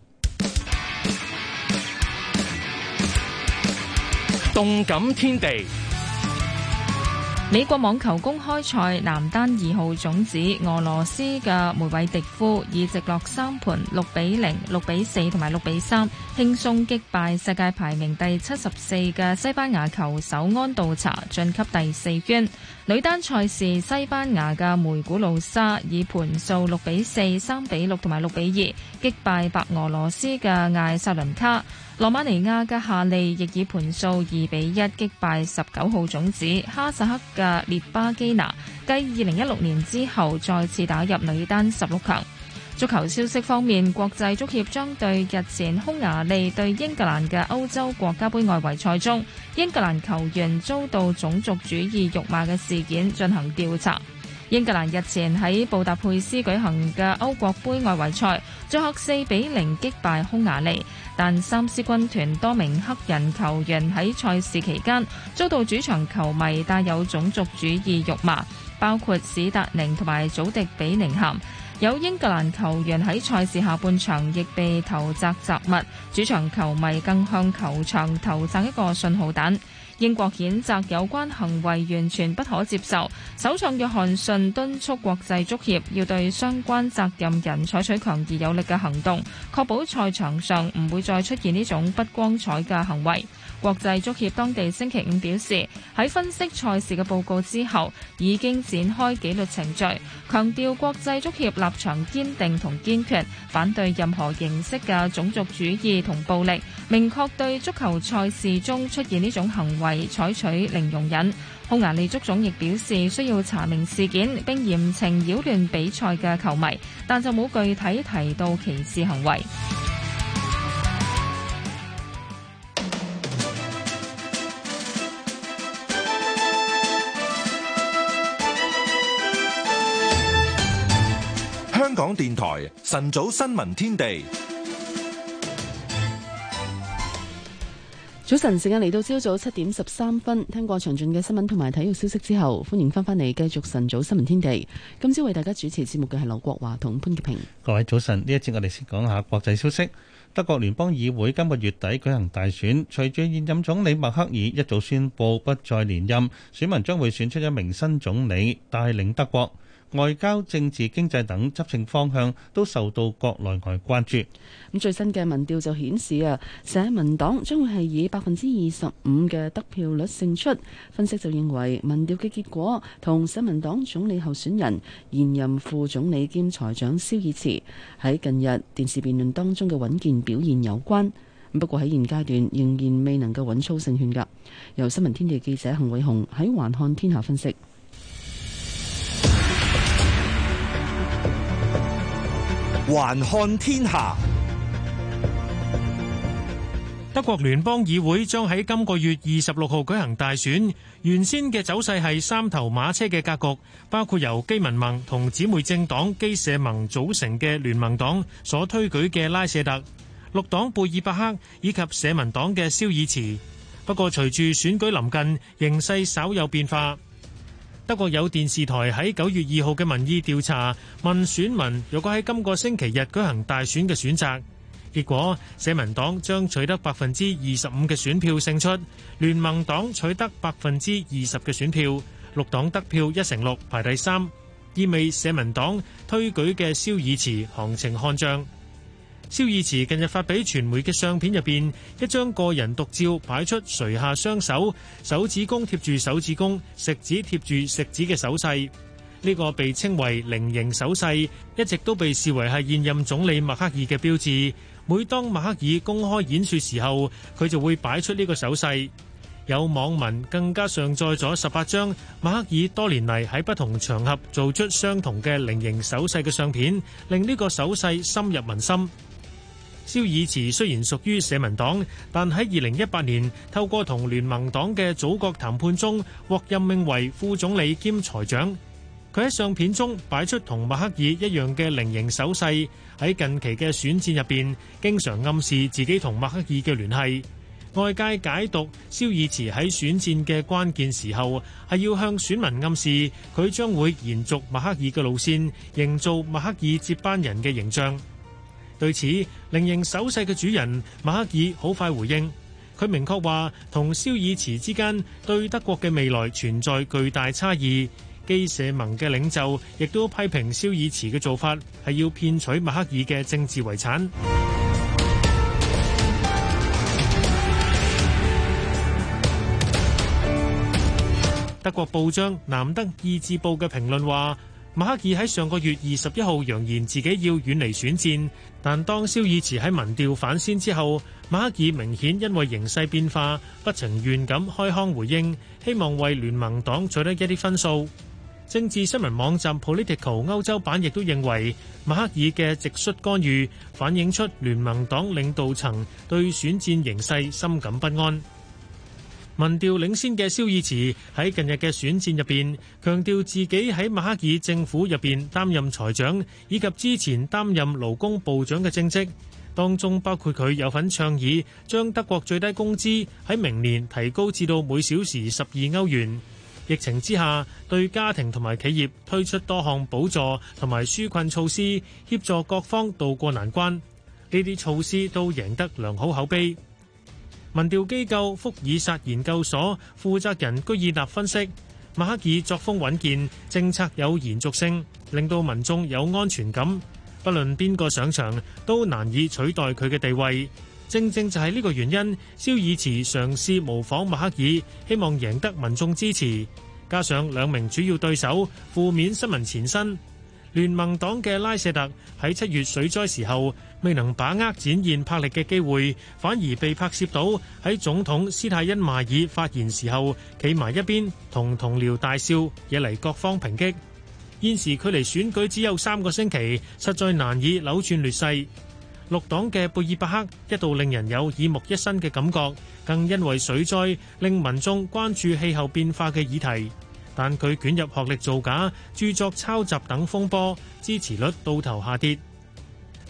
動感天地。 美國網球公開賽男單二號種子俄羅斯嘅梅韋迪夫以直落三盤六比零、六比四同埋六比三輕鬆擊敗世界排名第七十四嘅西班牙球手安道查，晉級第四圈。女單賽事，西班牙嘅梅古魯莎以盤數六比四、三比六同埋六比二擊敗白俄羅斯嘅艾薩倫卡。羅馬尼亞嘅夏利亦以盤數二比一擊敗十九號種子哈薩克嘅列巴基娜，繼二零一六年之後再次打入女單十六強。足球消息方面，國際足協將對日前匈牙利對英格蘭嘅歐洲國家盃外圍賽中英格蘭球員遭到種族主義辱罵嘅事件進行調查。英格蘭日前喺布達佩斯舉行嘅歐國盃外圍賽，作客四比零擊敗匈牙利，但三獅軍團多名黑人球員喺賽事期間遭到主場球迷帶有種族主義辱罵，包括史達寧同埋祖迪比寧咸。有英格蘭球員喺賽事下半場亦被投擲雜物，主場球迷更向球場投擲一個信號彈。英國譴責有關行為完全不可接受，首相約翰遜敦促國際足協要對相關責任人採取強而有力嘅行動，確保賽場上唔會再出現呢種不光彩嘅行為。國際足協當地星期五表示，喺分析賽事嘅報告之後，已經展開紀律程序，強調國際足協立場堅定同堅決，反對任何形式嘅種族主義同暴力，明確對足球賽事中出現呢種行為採取零容忍。匈牙利足總亦表示需要查明事件並嚴懲擾亂比賽嘅球迷，但就冇具體提到歧視行為。 香港電台晨早新聞天地。 早晨，時間嚟到朝早七點十三分，聽過詳盡嘅新聞同埋體育消息之後，歡迎翻返嚟繼續晨早新聞天地。今朝為大家主持節目嘅係劉國華同潘潔平。 各位早晨，呢一節我哋先講下國際消息。德國聯邦議會今個月底舉行大選，隨住現任總理默克爾一早宣布不再連任，選民將會選出一名新總理帶領德國。外交、政治、經濟等執政方向都受到國內外關注。 咁最新嘅民調就顯示啊，社民黨將會係以百分之二十五嘅得票率勝出。分析就認為，民調嘅結果同社民黨總理候選人現任副總理兼財長蕭爾茨喺近日電視辯論當中嘅穩健表現有關。不過喺現階段仍然未能夠穩操勝券㗎。由新聞天地記者邢偉雄喺環看天下分析。 環看天下，德國聯邦議會將喺今個月二十六號舉行大選。原先嘅走勢係三頭馬車嘅格局，包括由基民盟同姊妹政黨基社盟組成嘅聯盟黨所推舉嘅拉舍特、綠黨貝爾伯克以及社民黨嘅肖爾茨。不過，隨住選舉臨近，形勢稍有變化。德國有電視台喺九月二號嘅民意調查問選民，如果喺今個星期日舉行大選嘅選擇，結果社民黨將取得百分之二十五嘅選票勝出，聯盟黨取得百分之二十嘅選票，綠黨得票一成六排第三，意味社民黨推舉嘅蕭爾茨行情看漲。蕭爾茨近日發俾傳媒嘅相片入邊，一張個人獨照擺出垂下雙手，手指公貼住手指公，食指貼住食指嘅手勢。呢個被稱為菱形手勢，一直都被視為係現任總理默克爾嘅標誌。每當默克爾公開演說時候，佢就會擺出呢個手勢。有網民更加上載咗十八張默克爾多年嚟喺不同場合做出相同嘅菱形手勢嘅相片，令呢個手勢深入民心。蕭爾茨雖然屬於社民黨，但喺二零一八年透過同聯盟黨嘅組閣談判中獲任命為副總理兼財長。佢喺相片中擺出同默克爾一樣嘅菱形手勢，喺近期嘅選戰入邊經常暗示自己同默克爾嘅聯繫。外界解讀蕭爾茨喺選戰嘅關鍵時候係要向選民暗示佢將會延續默克爾嘅路線，營造默克爾接班人嘅形象。對此，菱形手勢嘅主人默克爾好快回應，佢明確話同蕭爾茨之間對德國嘅未來存在巨大差異。基社盟嘅領袖亦都批評蕭爾茨嘅做法係要騙取默克爾嘅政治遺產。德國報章《南德意志報》嘅評論話，默克爾喺上個月二十一號揚言自己要遠離選戰，但當蕭爾茨喺民調反先之後，默克爾明顯因為形勢變化，不情願咁開腔回應，希望為聯盟黨取得一啲分數。政治新聞網站 Political 歐洲版亦都認為，默克爾嘅直率干預反映出聯盟黨領導層對選戰形勢深感不安。民調領先嘅蕭爾茨喺近日嘅選戰入邊，強調自己喺默克爾政府入邊擔任財長，以及之前擔任勞工部長嘅政績，當中包括佢有份倡議將德國最低工資喺明年提高至到每小時十二歐元。疫情之下，對家庭同埋企業推出多項補助同埋紓困措施，協助各方渡過難關。呢啲措施都贏得良好口碑。民調機構福爾薩研究所負責人居爾納分析，默克爾作風穩健，政策有延續性，令到民眾有安全感。不論邊個上場，都難以取代佢嘅地位。正正就係呢個原因，蕭爾茨嘗試模仿默克爾，希望贏得民眾支持。加上兩名主要對手負面新聞纏身，聯盟黨嘅拉舍特喺七月水災時候未能把握展現魄力嘅機會，反而被拍攝到喺總統施泰因邁爾發言時候企埋一邊同同僚大笑，惹嚟各方抨擊。現時距離選舉只有三個星期，實在難以扭轉劣勢。綠黨嘅貝爾伯克一度令人有耳目一新嘅感覺，更因為水災令民眾關注氣候變化嘅議題。但佢捲入學歷造假、著作抄襲等風波，支持率到頭下跌。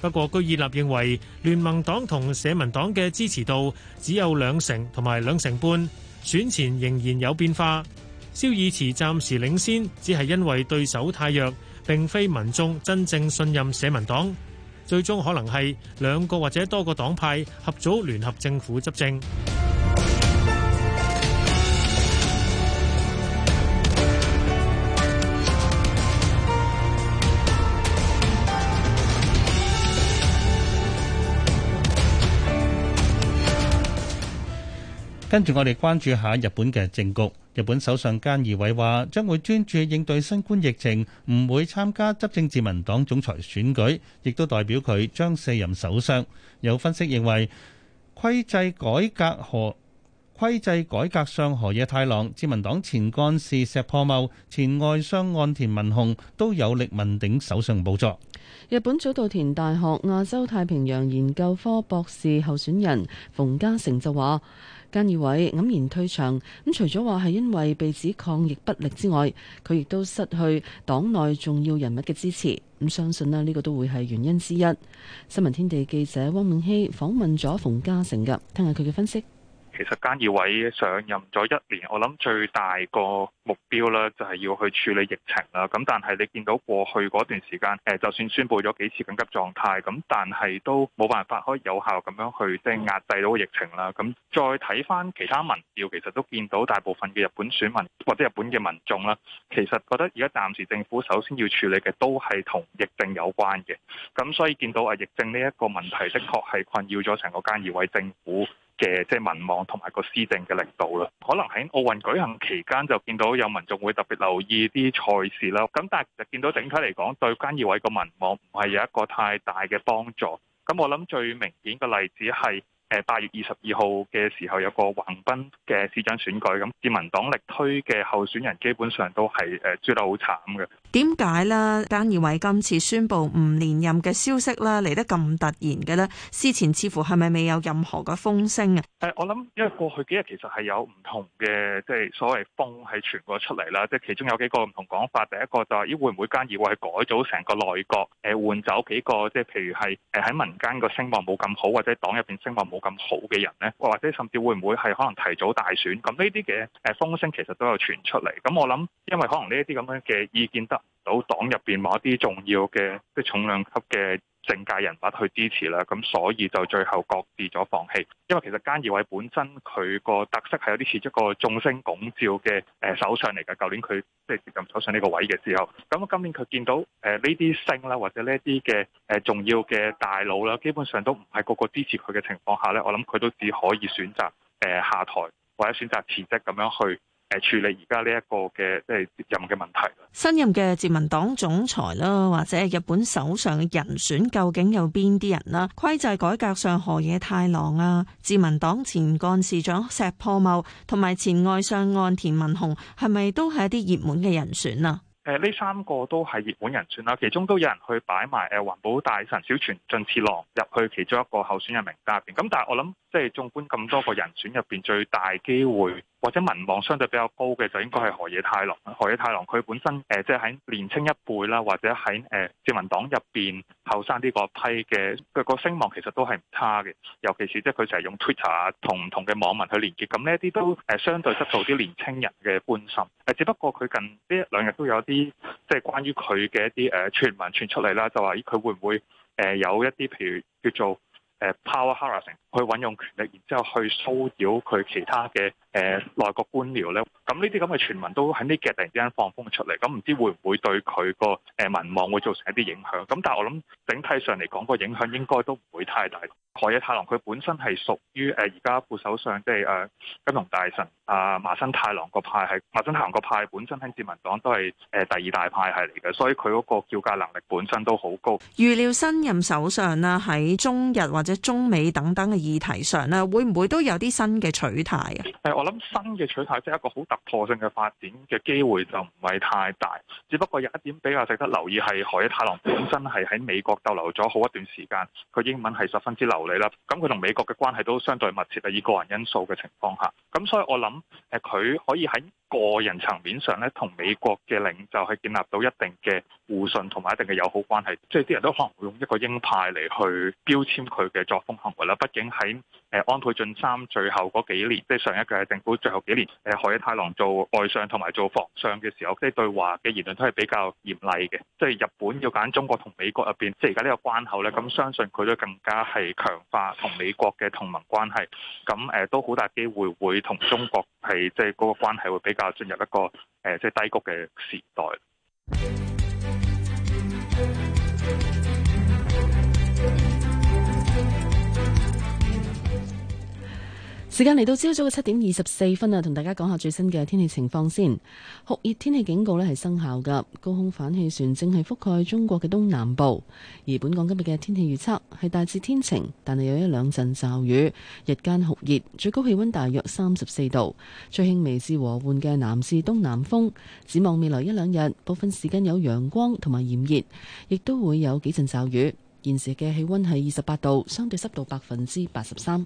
不過居爾納認為聯盟黨同社民黨嘅支持度只有兩成同埋兩成半，選前仍然有變化。肖爾茨暫時領先，只係因為對手太弱，並非民眾真正信任社民黨。最終可能係兩個或者多個黨派合組聯合政府執政。 跟住我哋關注下日本嘅政局。日本首相菅義偉話將會專注應對新冠疫情，唔會參加執政自民黨總裁選舉，亦都代表佢將卸任首相。有分析認為，規制改革何規制改革上河野太郎、自民黨前幹事石破茂、前外相岸田文雄都有力問鼎首相寶座。 日本早稻田大學亞洲太平洋研究科博士候選人馮嘉誠就話，菅義偉黯然退場，咁除咗話係因為被指抗疫不力之外，佢亦都失去黨內重要人物嘅支持，咁相信咧呢個都會係原因之一。新聞天地記者汪永熙訪問咗馮嘉誠㗎，聽下佢嘅分析。 其實菅義偉上任咗一年，我諗最大個目標咧就係要去處理疫情啦。咁但係你見到過去嗰段時間，誒就算宣布咗幾次緊急狀態，咁但係都冇辦法可以有效咁樣去即係壓制到個疫情啦。咁再睇翻其他民調，其實都見到大部分嘅日本選民或者日本嘅民眾啦，其實覺得而家暫時政府首先要處理嘅都係同疫症有關嘅。咁所以見到啊疫症呢一個問題，的確係困擾咗成個菅義偉政府嘅即係民望同埋個施政嘅力度啦，可能喺奧運舉行期間就見到有民眾會特別留意啲賽事啦。咁但係其實見到整體嚟講，對菅義偉個民望唔係有一個太大嘅幫助。咁我諗最明顯嘅例子係誒八月二十二號嘅時候有個橫濱嘅市長選舉，咁自民黨力推嘅候選人基本上都係誒輸得好慘嘅。 點解呢？菅義偉今次宣布唔連任嘅消息啦，嚟得咁突然嘅呢？事前似乎係咪未有任何嘅風聲啊？ 誒，我諗因為過去幾日其實係有唔同嘅即係所謂風係傳過出嚟啦，即係其中有幾個唔同講法。第一個就係咦會唔會菅義偉係改組成個內閣，誒換走幾個即係譬如係誒喺民間個聲望冇咁好，或者黨入邊聲望冇咁好嘅人呢？或者甚至會唔會係可能提早大選？咁呢啲嘅誒風聲其實都有傳出嚟。咁我諗因為可能呢一啲咁樣嘅意見得到黨入邊某一啲重要嘅即係重量級嘅政界人物去支持啦，咁所以就最後擱置咗放棄。因為其實菅義偉本身佢個特色係有啲似一個眾星拱照嘅誒首相嚟㗎。舊年佢即係接任首相呢個位嘅時候，咁今年佢見到誒呢啲星啦，或者呢一啲嘅誒重要嘅大佬啦，基本上都唔係個個支持佢嘅情況下咧，我諗佢都只可以選擇誒下台或者選擇辭職咁樣去誒處理而家呢一個嘅即係接任嘅問題。 新任嘅自民黨總裁啦，或者日本首相嘅人選，究竟有邊啲人啦？規制改革上河野太郎啊，自民黨前幹事長石破茂同埋前外相岸田文雄，係咪都係一啲熱門嘅人選啊？ 誒呢三個都係熱門人選啦，其中都有人去擺埋誒環保大臣小泉進次郎入去其中一個候選人名單入邊。咁但係我諗，即係縱觀咁多個人選入邊，最大機會或者民望相對比較高嘅，就應該係河野太郎。河野太郎佢本身誒即係喺年青一輩啦，或者喺誒自民黨入邊後生啲個批嘅，佢個聲望其實都係唔差嘅。尤其是即係佢成日用 Twitter 同唔同嘅網民去連結，咁呢一啲都誒相對得到啲年青人嘅關心。誒只不過佢近呢一兩日都有啲即係關於佢嘅一啲誒傳聞傳出嚟啦，就話咦佢會唔會誒有一啲譬如叫做誒 power harassing 去運用權力，然之後去騷擾佢其他嘅誒內閣官僚咧？咁呢啲咁嘅傳聞都喺呢幾日突然之間放風出嚟，咁唔知會唔會對佢個誒民望會造成一啲影響？咁但係我諗整體上嚟講，個影響應該都唔會太大。河野太郎佢本身係屬於誒而家副首相，即係誒金融大臣啊麻生太郎個派，係麻生太郎個派本身喺自民黨都係誒第二大派系嚟嘅，所以佢嗰個叫價能力本身都好高。 預料新任首相啦喺中日或者中美等等嘅議題上咧，會唔會都有啲新嘅取態啊？ 誒，我諗新嘅取態即係一個好突破性嘅發展嘅機會就唔係太大，只不過有一點比較值得留意係河野太郎本身係喺美國逗留咗好一段時間，佢英文係十分之流利啦。咁佢同美國嘅關係都相對密切，係以個人因素嘅情況下，咁所以我諗誒佢可以喺個人層面上咧，同美國嘅領袖係建立到一定嘅互信同埋一定嘅友好關係。即係啲人都可能會用一個鷹派嚟去標籤佢嘅作風行為啦。畢竟喺誒安倍晉三最後嗰幾年，即係上一屆政府最後幾年，誒河野太郎做外相同埋做防相嘅時候，即係對華嘅言論都係比較嚴厲嘅。即係日本要揀中國同美國入邊，即係而家呢個關口咧，咁相信佢都更加係強化同美國嘅同盟關係。咁誒都好大機會會同中國係即係嗰個關係會比較進入一個誒即係低谷嘅時代。 時間嚟到朝早嘅七點二十四分啊，同大家講下最新嘅天氣情況先。酷熱天氣警告呢係生效㗎，高空反氣旋正係覆蓋中國嘅東南部。而本港今日嘅天氣預測係大致天晴，但係有一兩陣驟雨。日間酷熱，最高氣溫大約三十四度，吹輕微至和緩嘅南至東南風。展望未來一兩日，部分時間有陽光同埋炎熱，亦都會有幾陣驟雨。現時嘅氣溫係二十八度，相對濕度百分之八十三。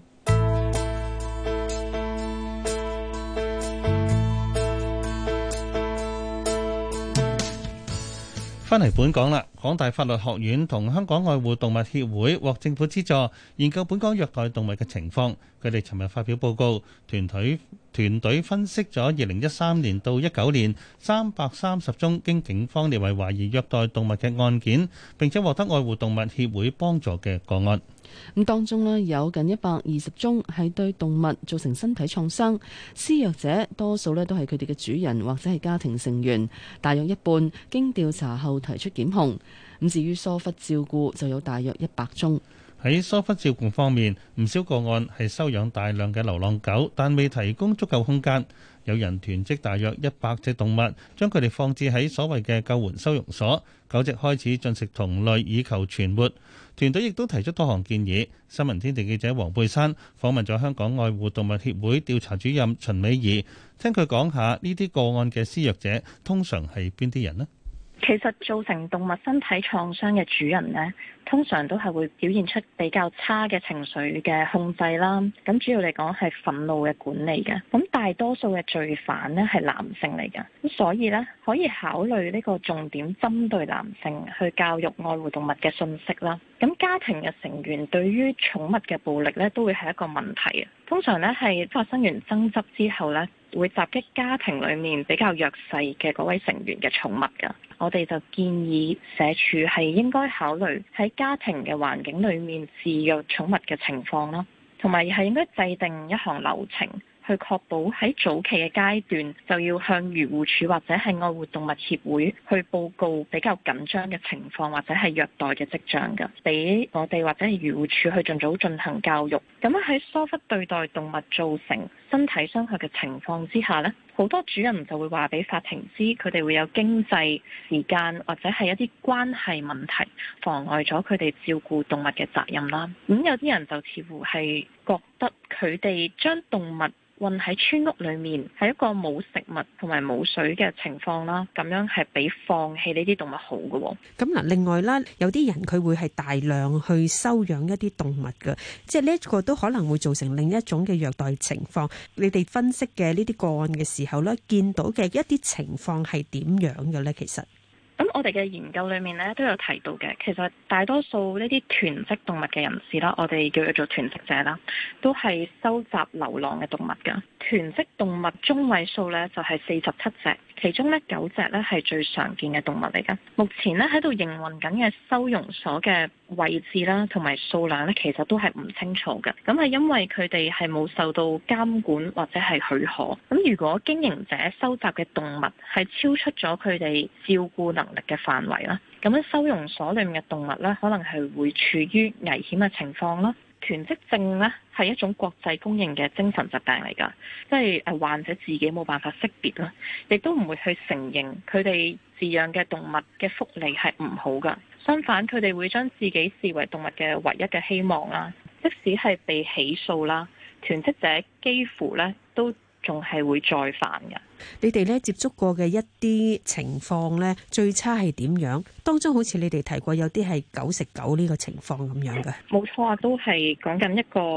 返嚟本港啦，港大法律學院同香港愛護動物協會獲政府資助研究本港虐待動物嘅情況。佢哋尋日發表報告，團隊團隊分析咗二零一三年到一九年三百三十宗經警方列為懷疑虐待動物嘅案件，並且獲得愛護動物協會幫助嘅個案。 咁當中呢，有近一百二十宗係對動物造成身體創傷，施虐者多數呢都係佢哋嘅主人或者係家庭成員，大約一半經調查後提出檢控。咁至於疏忽照顧就有大約一百宗。 喺疏忽照顧方面，唔少個案係收養大量嘅流浪狗，但未提供足夠空間。有人囤積大約一百隻動物，將佢哋放置喺所謂嘅救援收容所，狗隻開始進食同類以求存活。團隊亦都提出多項建議。新聞天地記者黃貝珊訪問咗香港愛護動物協會調查主任秦美儀，聽佢講下呢啲個案嘅施虐者通常係邊啲人呢？ 其實造成動物身體創傷嘅主人呢，通常都係會表現出比較差嘅情緒嘅控制啦。咁主要嚟講係憤怒嘅管理嘅。咁大多數嘅罪犯呢係男性嚟嘅，咁所以呢，可以考慮呢個重點針對男性去教育愛護動物嘅信息啦。咁家庭嘅成員對於寵物嘅暴力呢，都會係一個問題啊。通常呢係發生完爭執之後呢，會襲擊家庭裡面比較弱勢嘅嗰位成員嘅寵物㗎。我哋就建議社署係應該考慮喺家庭嘅環境裡面飼養寵物嘅情況啦，同埋係應該制定一項流程，去確保喺早期嘅階段就要向漁護署或者係愛護動物協會去報告比較緊張嘅情況或者係虐待嘅跡象㗎，俾我哋或者係漁護署去盡早進行教育。咁樣喺疏忽對待動物造成身體傷害嘅情況之下呢，好多主人就會話俾法庭知，佢哋會有經濟、時間或者係一啲關係問題，妨礙咗佢哋照顧動物嘅責任啦。咁有啲人就似乎係覺得佢哋將動物運喺村屋裏面係一個冇食物同埋冇水嘅情況啦，咁樣係比放棄呢啲動物好嘅。 咁嗱，另外啦，有啲人佢會係大量去收養一啲動物嘅，即係呢一個都可能會造成另一種嘅虐待情況。你哋分析嘅呢啲個案嘅時候咧，見到嘅一啲情況係點樣嘅咧？其實。 咁我哋嘅研究裏面咧都有提到嘅，其實大多數呢啲囤積動物嘅人士啦，我哋叫佢做囤積者啦，都係收集流浪嘅動物㗎。囤積動物中位數咧就係四十七隻，其中咧九隻咧係最常見嘅動物嚟㗎。目前咧喺度營運緊嘅收容所嘅位置啦，同埋數量咧，其實都係唔清楚嘅。咁係因為佢哋係冇受到監管或者係許可。咁如果經營者收集嘅動物係超出咗佢哋照顧能力嘅範圍啦，咁樣收容所裏面嘅動物咧，可能係會處於危險嘅情況啦。囤積症咧係一種國際公認嘅精神疾病嚟㗎，即係誒患者自己冇辦法識別啦，亦都唔會去承認佢哋飼養嘅動物嘅福利係唔好㗎。相反，佢哋會將自己視為動物嘅唯一嘅希望啦。即使係被起訴啦，囤積者幾乎咧都仲係會再犯嘅。 你哋咧接觸過嘅一啲情況咧，最差係點樣？當中好似你哋提過有啲係狗食狗呢個情況咁樣嘅。 冇錯啊，都係講緊一個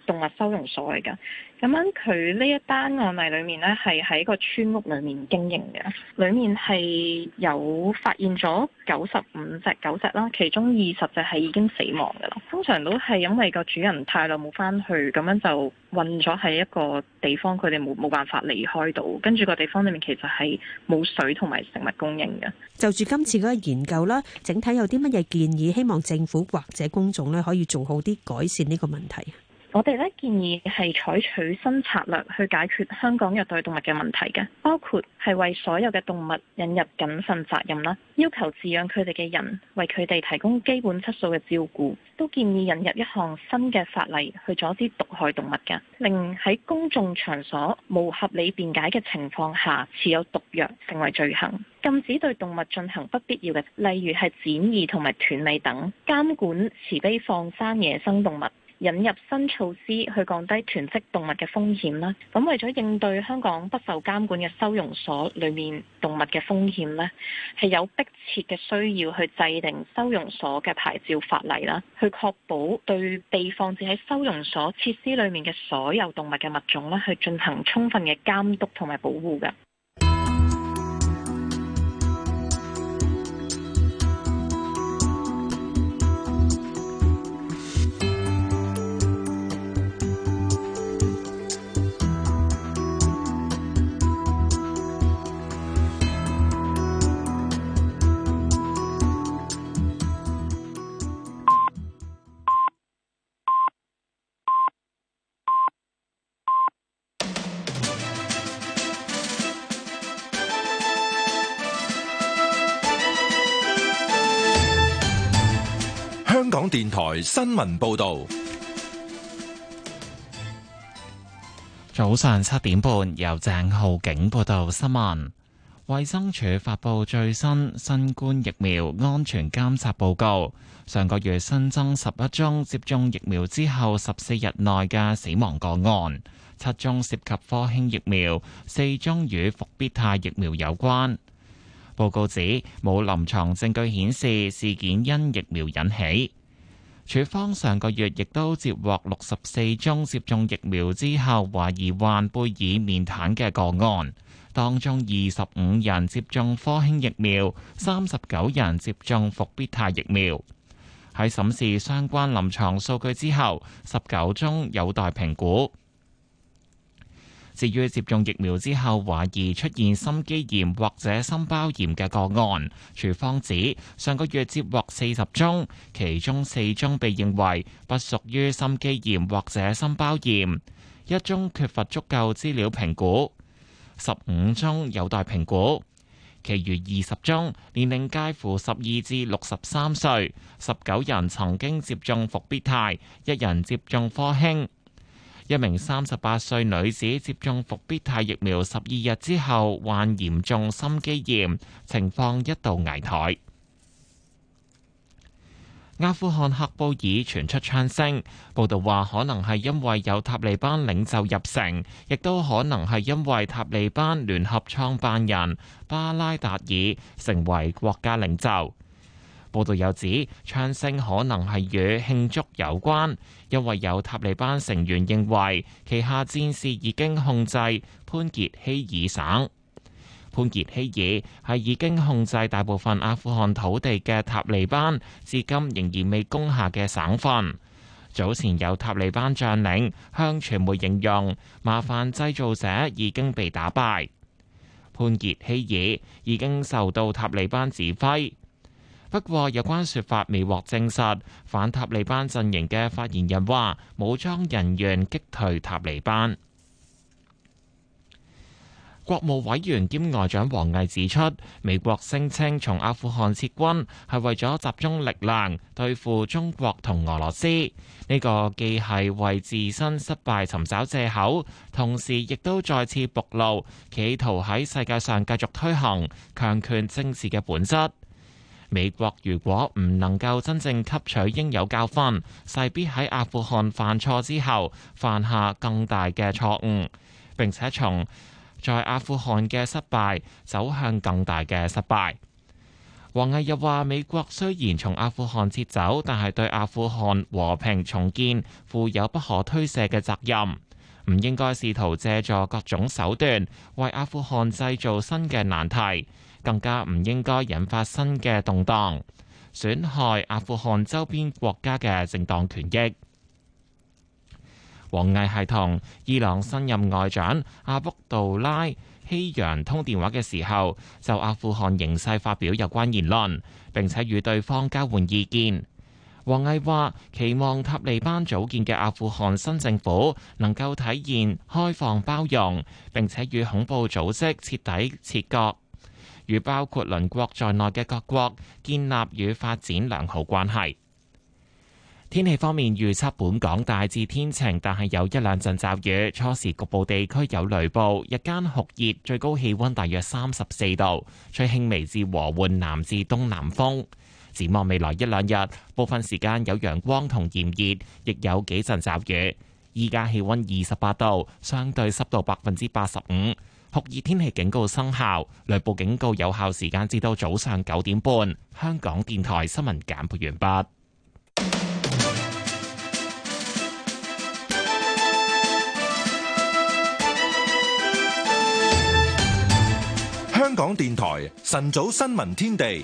動物收容所嚟㗎。咁樣佢呢一單案例裏面呢，係喺個村屋裏面經營嘅，裏面係有發現咗九十五隻狗隻啦，其中二十隻係已經死亡㗎啦。通常都係因為個主人太耐冇返去，咁樣就困咗喺一個地方，佢哋冇冇辦法離開到，跟住個地方裏面其實係冇水同埋食物供應嘅。 就住今次嗰個研究啦，整體有啲乜嘢建議，希望政府或者公眾咧可以做好啲改善呢個問題？ 我哋咧建議係採取新策略去解決香港虐待動物嘅問題嘅，包括係為所有嘅動物引入謹慎責任啦，要求飼養佢哋嘅人為佢哋提供基本質素嘅照顧，都建議引入一項新嘅法例去阻止毒害動物嘅，令喺公眾場所無合理辯解嘅情況下持有毒藥成為罪行，禁止對動物進行不必要嘅，例如係剪耳同埋斷尾等，監管持悲放生野生動物，引入新措施去降低囤積動物嘅風險啦。咁為咗應對香港不受監管嘅收容所裏面動物嘅風險呢，係有迫切嘅需要去制定收容所嘅牌照法例啦，去確保對被放置喺收容所設施裏面嘅所有動物嘅物種呢，去進行充分嘅監督同埋保護嘅。 香港電台新聞報道， 早上七點半由鄭浩景報道新聞。衛生署發佈最新新冠疫苗安全監測報告，上個月新增十一宗接種疫苗之後十四日內嘅死亡個案，七宗涉及科興疫苗，四宗與復必泰疫苗有關。報告指冇臨床證據顯示事件因疫苗引起。署方上個月亦都接獲六十四宗接種疫苗之後懷疑患貝爾面癱嘅個案，當中二十五人接種科興疫苗，三十九人接種復必泰疫苗。喺審視相關臨床數據之後，十九宗有待評估。至於接種疫苗之後懷疑出現心肌炎或者心包炎嘅個案，署方指上個月接獲四十宗，其中四宗被認為不屬於心肌炎或者心包炎，一宗缺乏足夠資料評估，十五宗有待評估，其餘二十宗年齡介乎十二至六十三歲，十九人曾經接種復必泰，一人接種科興。一名三十八歲女子接種復必泰疫苗十二日之後患嚴重心肌炎，情況一度危殆。阿富汗喀布爾傳出槍聲，報道話可能係因為有塔利班領袖入城，亦都可能係因為塔利班聯合創辦人巴拉達爾成為國家領袖。報道又指槍聲可能係與慶祝有關，因為有塔利班成員認為旗下戰士已經控制潘傑希爾省。潘傑希爾係已經控制大部分阿富汗土地嘅塔利班至今仍然未攻下嘅省份。早前有塔利班將領向傳媒形容麻煩製造者已經被打敗。潘傑希爾已經受到塔利班指揮。不過有關說法未獲證實。反塔利班陣營嘅發言人話，武裝人員擊退塔利班。國務委員兼外長王毅指出，美國聲稱從阿富汗撤軍係為咗集中力量對付中國同俄羅斯，呢個既係為自身失敗尋找藉口，同時亦都再次暴露企圖喺世界上繼續推行強權政治嘅本質。美國如果唔能夠真正吸取應有教訓，勢必喺阿富汗犯錯之後犯下更大嘅錯誤，並且從在阿富汗嘅失敗走向更大嘅失敗。 王毅又話：美國雖然從阿富汗撤走，但係對阿富汗和平重建負有不可推卸嘅責任，唔應該試圖借助各種手段為阿富汗製造新嘅難題，更加唔應該引發新嘅動盪，損害阿富汗周邊國家嘅正當權益。王毅係同伊朗新任外長阿卜杜拉希揚通電話嘅時候，就阿富汗形勢發表有關言論，並且與對方交換意見。王毅話：期望塔利班組建嘅阿富汗新政府能夠體現開放包容，並且與恐怖組織徹底切割，與包括鄰國在內嘅各國建立與發展良好關係。天氣方面預測，本港大致天晴，但係有一兩陣驟雨，初時局部地區有雷暴，日間酷熱，最高氣溫大約三十四度，吹輕微至和緩南至東南風。展望未來一兩日，部分時間有陽光同炎熱，亦有幾陣驟雨。依家氣溫二十八度，相對濕度百分之八十五，酷熱天氣警告生效，雷暴警告有效時間至到早上九點半。香港電台新聞簡報完畢。 香港電台晨早新聞天地，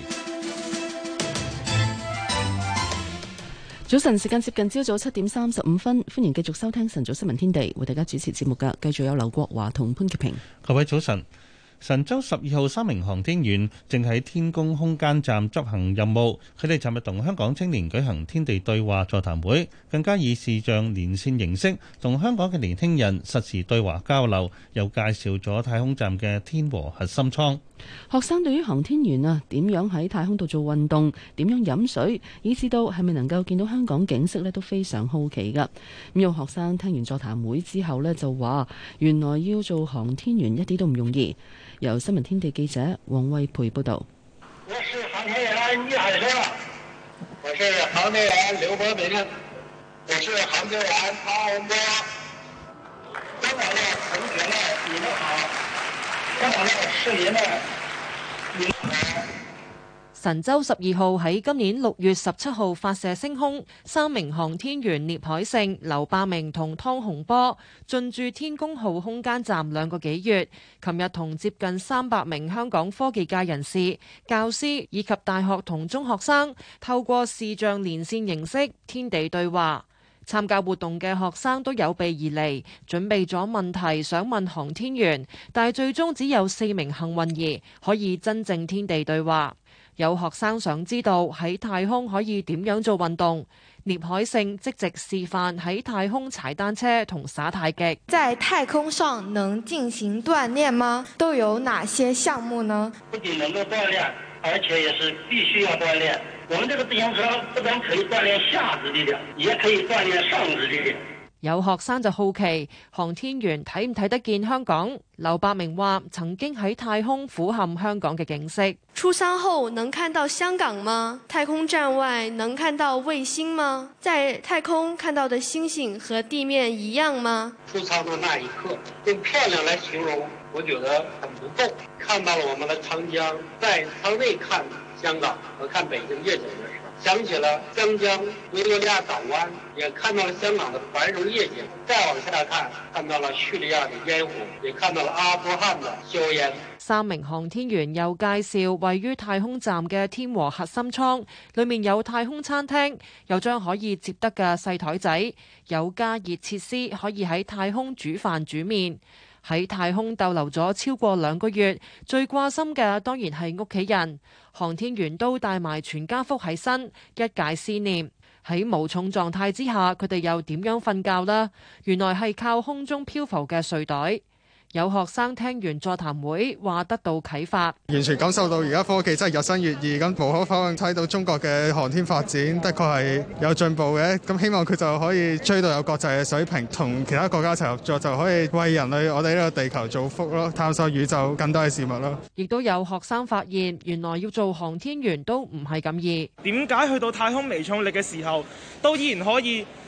早晨時間接近朝早七點三十五分，歡迎繼續收聽晨早新聞天地，為大家主持節目嘅繼續有劉國華同潘潔平。 各位早晨。神舟十二號三名航天員正喺天宮空間站執行任務，佢哋尋日同香港青年舉行天地對話座談會，更加以視像連線形式同香港嘅年輕人實時對話交流，又介紹咗太空站嘅天和核心艙。 學生對於航天員啊點樣喺太空度做運動，點樣飲水，以至到係咪能夠見到香港景色呢，都非常好奇噶。咁有學生聽完座談會之後呢，就話原來要做航天員一啲都唔容易。由新聞天地記者黃慧培報道。 我是航天員倪海勝，我是航天員劉伯明，我是航天員湯洪波。香港的同學們，你們好！香港的市民們，你們好！ 神舟十二號喺今年六月十七號發射升空，三名航天員聶海勝、劉伯明同湯洪波進駐天宮號空間站兩個幾月。琴日同接近三百名香港科技界人士、教師以及大學同中學生透過視像連線形式天地對話。參加活動嘅學生都有備而嚟，準備咗問題想問航天員，但係最終只有四名幸運兒可以真正天地對話。有學生想知道喺太空可以點樣做運動，聶海勝即席示範喺太空踩單車同耍太極。 在太空上能進行鍛鍊嗎？都有哪些項目呢？ 不僅能夠鍛鍊，而且也是必須要鍛鍊。我們這個自行車不但可以鍛鍊下肢力量，也可以鍛鍊上肢力量。 有學生就好奇航天員睇唔睇得見香港？劉伯明話曾經喺太空俯瞰香港嘅景色。 出艙後能看到香港嗎？太空站外能看到衛星嗎？在太空看到的星星和地面一樣嗎？ 出艙的那一刻，用漂亮來形容，我覺得很不夠。看到了我們的長江，在艙內看香港和看北京夜景的時候，想起了江江維多利亞港灣，也看到了香港的繁榮夜景。再往下看，看到了敘利亞的煙火，也看到了阿富汗的硝煙。 三名航天員又介紹位於太空站嘅天和核心艙，裏面有太空餐廳，有張可以接得嘅細台仔，有加熱設施，可以喺太空煮飯煮麵。喺太空逗留咗超過兩個月，最掛心嘅當然係屋企人。航天員都帶埋全家福喺身，一解思念。喺無重狀態之下，佢哋又點樣瞓覺呢？原來係靠空中漂浮嘅睡袋。有學生聽完座談會話得到啟發， 完全感受到而家科技真係日新月異，咁無可否認睇到中國嘅航天發展的確係有進步嘅，咁希望佢就可以追到有國際嘅水平，同其他國家一齊合作，就可以為人類我哋呢個地球造福咯，探索宇宙更多嘅事物咯。 亦都有學生發現，原來要做航天員都唔係咁易。 點解去到太空微重力嘅時候，都依然可以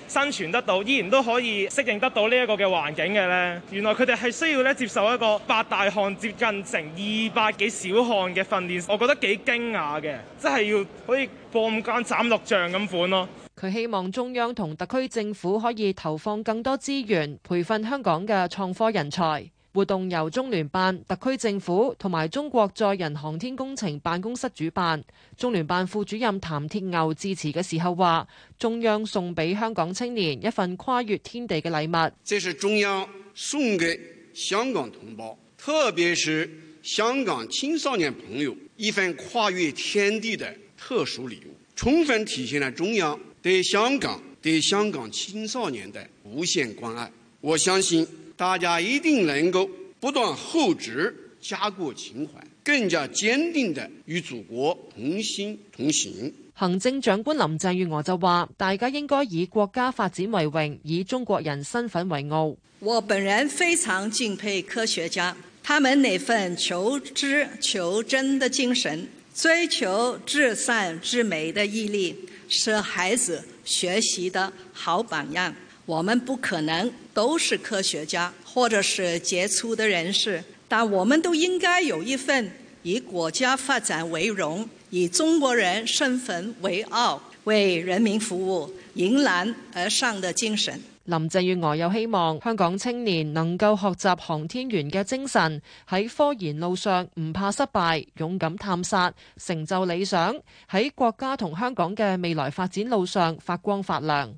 生存得到，依然都可以適應得到呢一個嘅環境嘅呢？原來佢哋係需要咧接受一個八大項接近成二百幾小項嘅訓練，我覺得幾驚訝嘅，即係要可以放間斬六將咁款咯。 佢希望中央同特區政府可以投放更多資源，培訓香港嘅創科人才。活動由中聯辦、特區政府同埋中國載人航天工程辦公室主辦。中聯辦副主任譚鐵牛致辭嘅時候話，中央送俾香港青年一份跨越天地嘅禮物。 這是中央送給香港同胞，特別是香港青少年朋友一份跨越天地的特殊禮物，充分體現了中央對香港、對香港青少年的無限關愛。我相信大家一定能夠不斷厚植家國情懷，更加堅定地與祖國同心同行。 行政長官林鄭月娥就話，大家應該以國家發展為榮，以中國人身份為傲。 我本人非常敬佩科學家，他們那份求知求真的精神，追求至善至美的毅力，是孩子學習的好榜樣。我們不可能都是科學家或者是傑出的人士，但我們都應該有一份以國家發展為榮，以中國人身份為傲，為人民服務，迎難而上的精神。 林鄭月娥又希望香港青年能夠學習航天員嘅精神，喺科研路上唔怕失敗，勇敢探索，成就理想，喺國家同香港嘅未來發展路上發光發亮。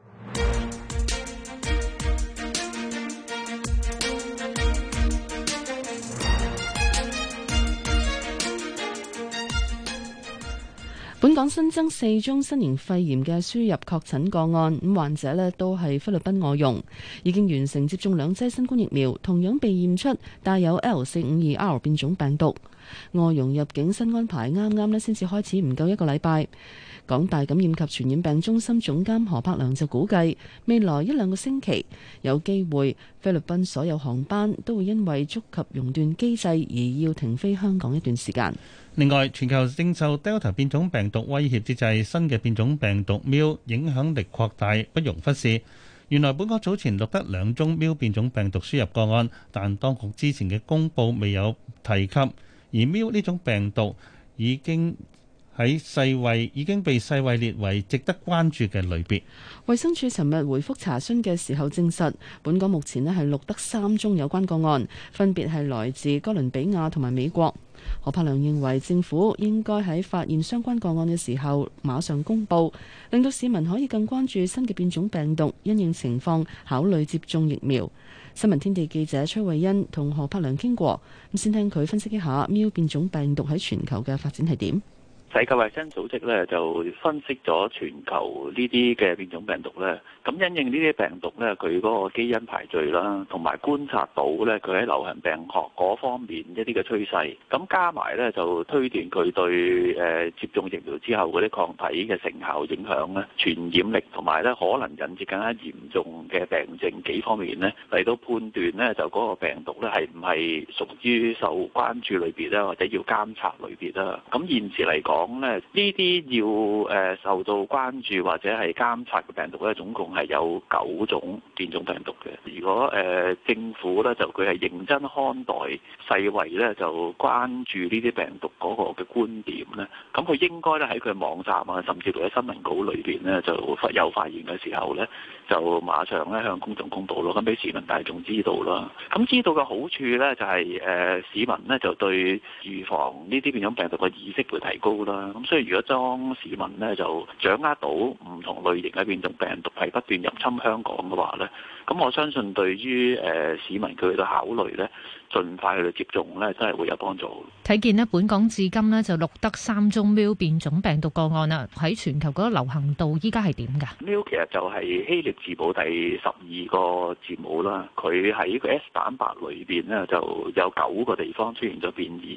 本港新增四宗新型肺炎嘅輸入確診個案，咁患者呢都係菲律賓外傭，已經完成接種兩劑新冠疫苗，同樣被驗出帶有 L 四五二 R 變種病毒。外傭入境新安排啱啱呢先至開始唔夠一個禮拜。港大感染及傳染病中心總監何柏良就估計，未來一兩個星期有機會菲律賓所有航班都會因為觸及熔斷機制而要停飛香港一段時間。 另外，全球正受 Delta 變種病毒威脅之際，新嘅變種病毒 Mu 影響力擴大，不容忽視。原來本港早前錄得兩宗 Mu 變種病毒輸入個案，但當局之前嘅公佈未有提及，而 Mu 呢種病毒已經喺世衛已經被世衛列為值得關注嘅類別。 衛生署尋日回覆查詢嘅時候證實，本港目前呢係錄得三宗有關個案，分別係來自哥倫比亞同埋美國。何柏良認為政府應該喺發現相關個案嘅時候馬上公佈，令到市民可以更關注新嘅變種病毒，因應情況考慮接種疫苗。新聞天地記者崔慧欣同何柏良傾過，咁先聽佢分析一下 Mu 變種病毒喺全球嘅發展係點。 世界衛生組織咧就分析咗全球呢啲嘅變種病毒咧，咁因應呢啲病毒咧，佢嗰個基因排序啦，同埋觀察到咧佢喺流行病學嗰方面一啲嘅趨勢，咁加埋咧就推斷佢對誒接種疫苗之後嗰啲抗體嘅成效影響咧、傳染力同埋咧可能引致更加嚴重嘅病症幾方面咧嚟到判斷咧就嗰個病毒咧係唔係屬於受關注類別啦，或者要監察類別啦。咁現時嚟講，講咧呢啲要誒受到關注或者係監察嘅病毒咧，總共係有九種變種病毒嘅。如果誒、呃、政府咧就佢係認真看待世衛咧就關注呢啲病毒嗰個嘅觀點咧，咁佢應該咧喺佢網站啊，甚至乎喺新聞稿裏邊咧就有發現嘅時候咧，就馬上咧向公眾公佈咯，咁俾市民大眾知道啦。咁知道嘅好處咧就係、是、誒、呃、市民咧就對預防呢啲變種病毒嘅意識會提高啦。咁所以如果當市民咧就掌握到唔同類型嘅變種病毒係不斷入侵香港嘅話咧，咁我相信對於誒市民佢哋考慮咧，盡快去接種咧，真係會有幫助。 睇見咧，本港至今咧就錄得三宗 Mu 變種病毒個案啦。喺全球嗰個流行度依家係點㗎 ？Mu 其實就係希臘字母第十二個字母啦，佢喺個 S 蛋白裏邊咧就有九個地方出現咗變異。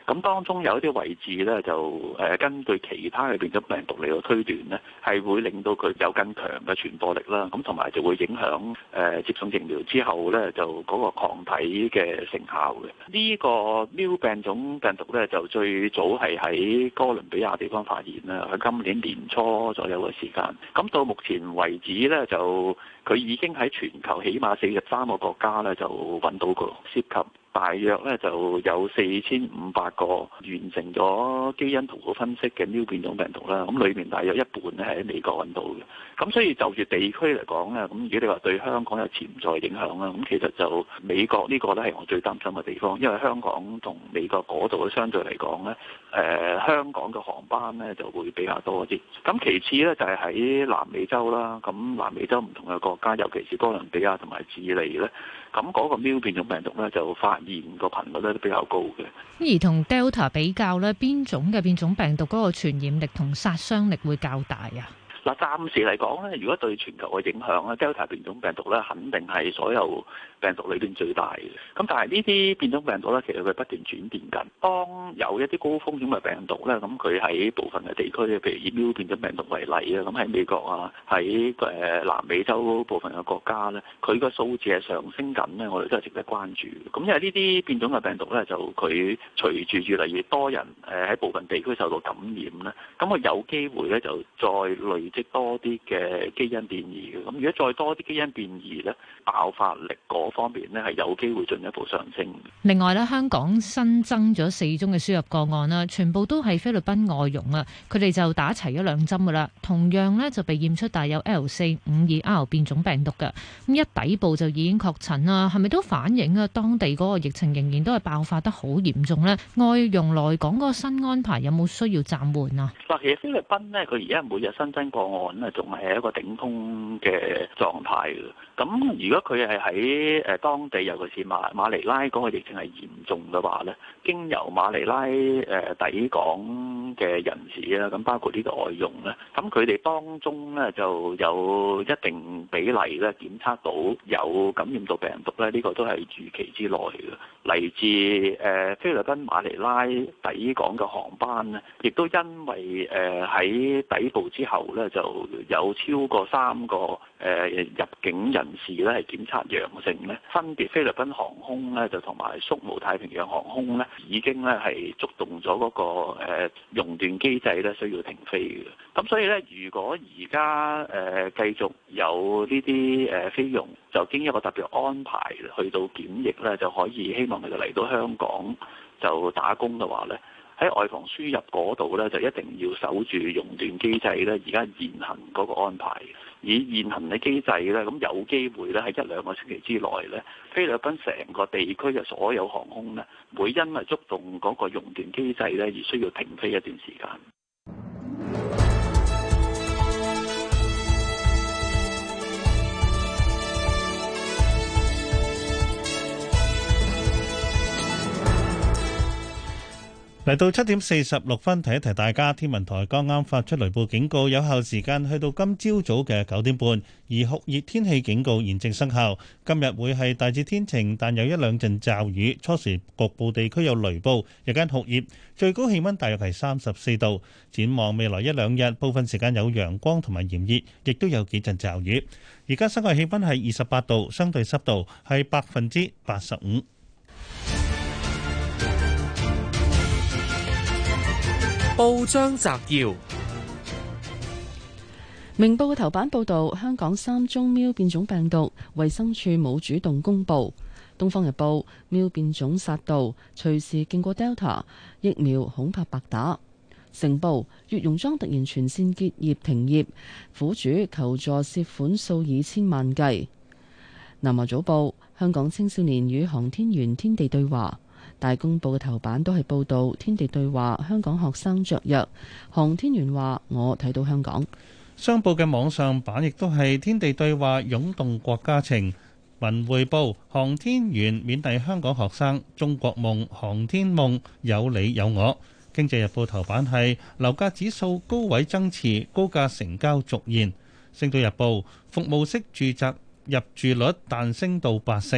咁當中有一啲位置咧，就誒根據其他嘅變種病毒嚟到推斷咧，係會令到佢有更強嘅傳播力啦。咁同埋就會影響誒接種疫苗之後咧，就嗰個抗體嘅成效嘅。呢個喵病種病毒咧，就最早係喺哥倫比亞地方發現啦，喺今年年初左右嘅時間。咁到目前為止咧，就佢已經喺全球起碼四十三個國家咧，就揾到個涉及。大約咧就有四千五百個完成咗基因圖譜分析嘅喵變種病毒啦，咁裏面大約一半咧係喺美國揾到嘅。咁所以就住地區嚟講咧，咁如果你話對香港有潛在影響啦，咁其實就美國呢個咧係我最擔心嘅地方，因為香港同美國嗰度咧相對嚟講咧，誒、呃、香港嘅航班咧就會比較多啲。咁其次咧就係喺南美洲啦，咁南美洲唔同嘅國家，尤其是哥倫比亞同埋智利咧，咁嗰個喵變種病毒咧就發現個頻率咧都比較高嘅。 而同 Delta 比較咧，邊種嘅變種病毒嗰個傳染力同殺傷力會較大啊？ 嗱，暫時嚟講咧，如果對全球嘅影響咧，Delta 變種病毒咧，肯定係所有病毒裏邊最大嘅。咁但係呢啲變種病毒咧，其實佢不斷轉變緊。當有一啲高風險嘅病毒咧，咁佢喺部分嘅地區，譬如以喵變種病毒為例啊，咁喺美國啊，喺誒南美洲部分嘅國家咧，佢個數字係上升緊咧，我哋都係值得關注。咁因為呢啲變種嘅病毒咧，就佢隨住越嚟越多人誒喺部分地區受到感染咧，咁佢有機會咧就再累即多啲嘅基因變異嘅，咁如果再多啲基因變異咧，爆發力嗰方面咧係有機會進一步上升。 另外咧，香港新增咗四宗嘅輸入個案啦，全部都係菲律賓外傭啊，佢哋就打齊咗兩針噶啦，同樣咧就被驗出帶有 L 四五二 R 變種病毒嘅，咁一抵埗就已經確診啦，係咪都反映啊當地嗰個疫情仍然都係爆發得好嚴重咧？外傭來港嗰個新安排有冇需要暫緩啊？ 嗱，其實菲律賓咧，佢而家每日新增個案咧，仲係一個頂峰嘅狀態嘅。咁如果佢係喺誒當地，尤其是馬馬尼拉嗰個疫情係嚴重嘅話咧，經由馬尼拉誒抵港嘅人士啦，咁包括呢個外傭咧，咁佢哋當中咧就有一定比例咧檢測到有感染到病毒咧，呢個都係預期之內嘅。嚟自誒菲律賓馬尼拉抵港嘅航班咧，亦都因為誒喺抵埗之後咧，就有超過三個誒入境人士咧係檢測陽性咧，分別菲律賓航空咧就同埋宿務太平洋航空咧已經咧係觸動咗嗰個誒熔斷機制咧，需要停飛嘅。咁所以咧，如果而家誒繼續有呢啲誒菲傭就經一個特別安排去到檢疫咧，就可以希望佢哋嚟到香港就打工嘅話咧，喺外防輸入嗰度咧就一定要守住熔斷機制咧，而家現行嗰個安排。以現行嘅機制咧，咁有機會咧喺一兩個星期之內咧，菲律賓成個地區嘅所有航空咧，會因為觸動嗰個熔斷機制咧而需要停飛一段時間。 嚟到七點四十六分，提一提大家，天文台剛啱發出雷暴警告，有效時間去到今朝早嘅九點半，而酷熱天氣警告現正生效。今日會係大致天晴，但有一兩陣驟雨，初時局部地區有雷暴，日間酷熱，最高氣溫大約係三十四度。展望未來一兩日，部分時間有陽光同埋炎熱，亦都有幾陣驟雨。而家室外氣溫係二十八度，相對濕度係百分之八十五。 報章摘要： 明報嘅頭版報道香港三宗喵變種病毒，衛生署冇主動公布。東方日報：喵變種殺到，隨時勁過 Delta， 疫苗恐怕白打。成報：月容莊突然全線結業停業，苦主求助涉款數以千萬計。南華早報：香港青少年與航天員天地對話。大公報嘅頭版都係報道天地對話，香港學生雀躍，航天員話我睇到香港。 商報嘅網上版亦都係天地對話，湧動國家情。文匯報：航天員勉勵香港學生，中國夢、航天夢有你有我。經濟日報頭版係樓價指數高位增持，高價成交續現。星島日報：服務式住宅入住率彈升到八成。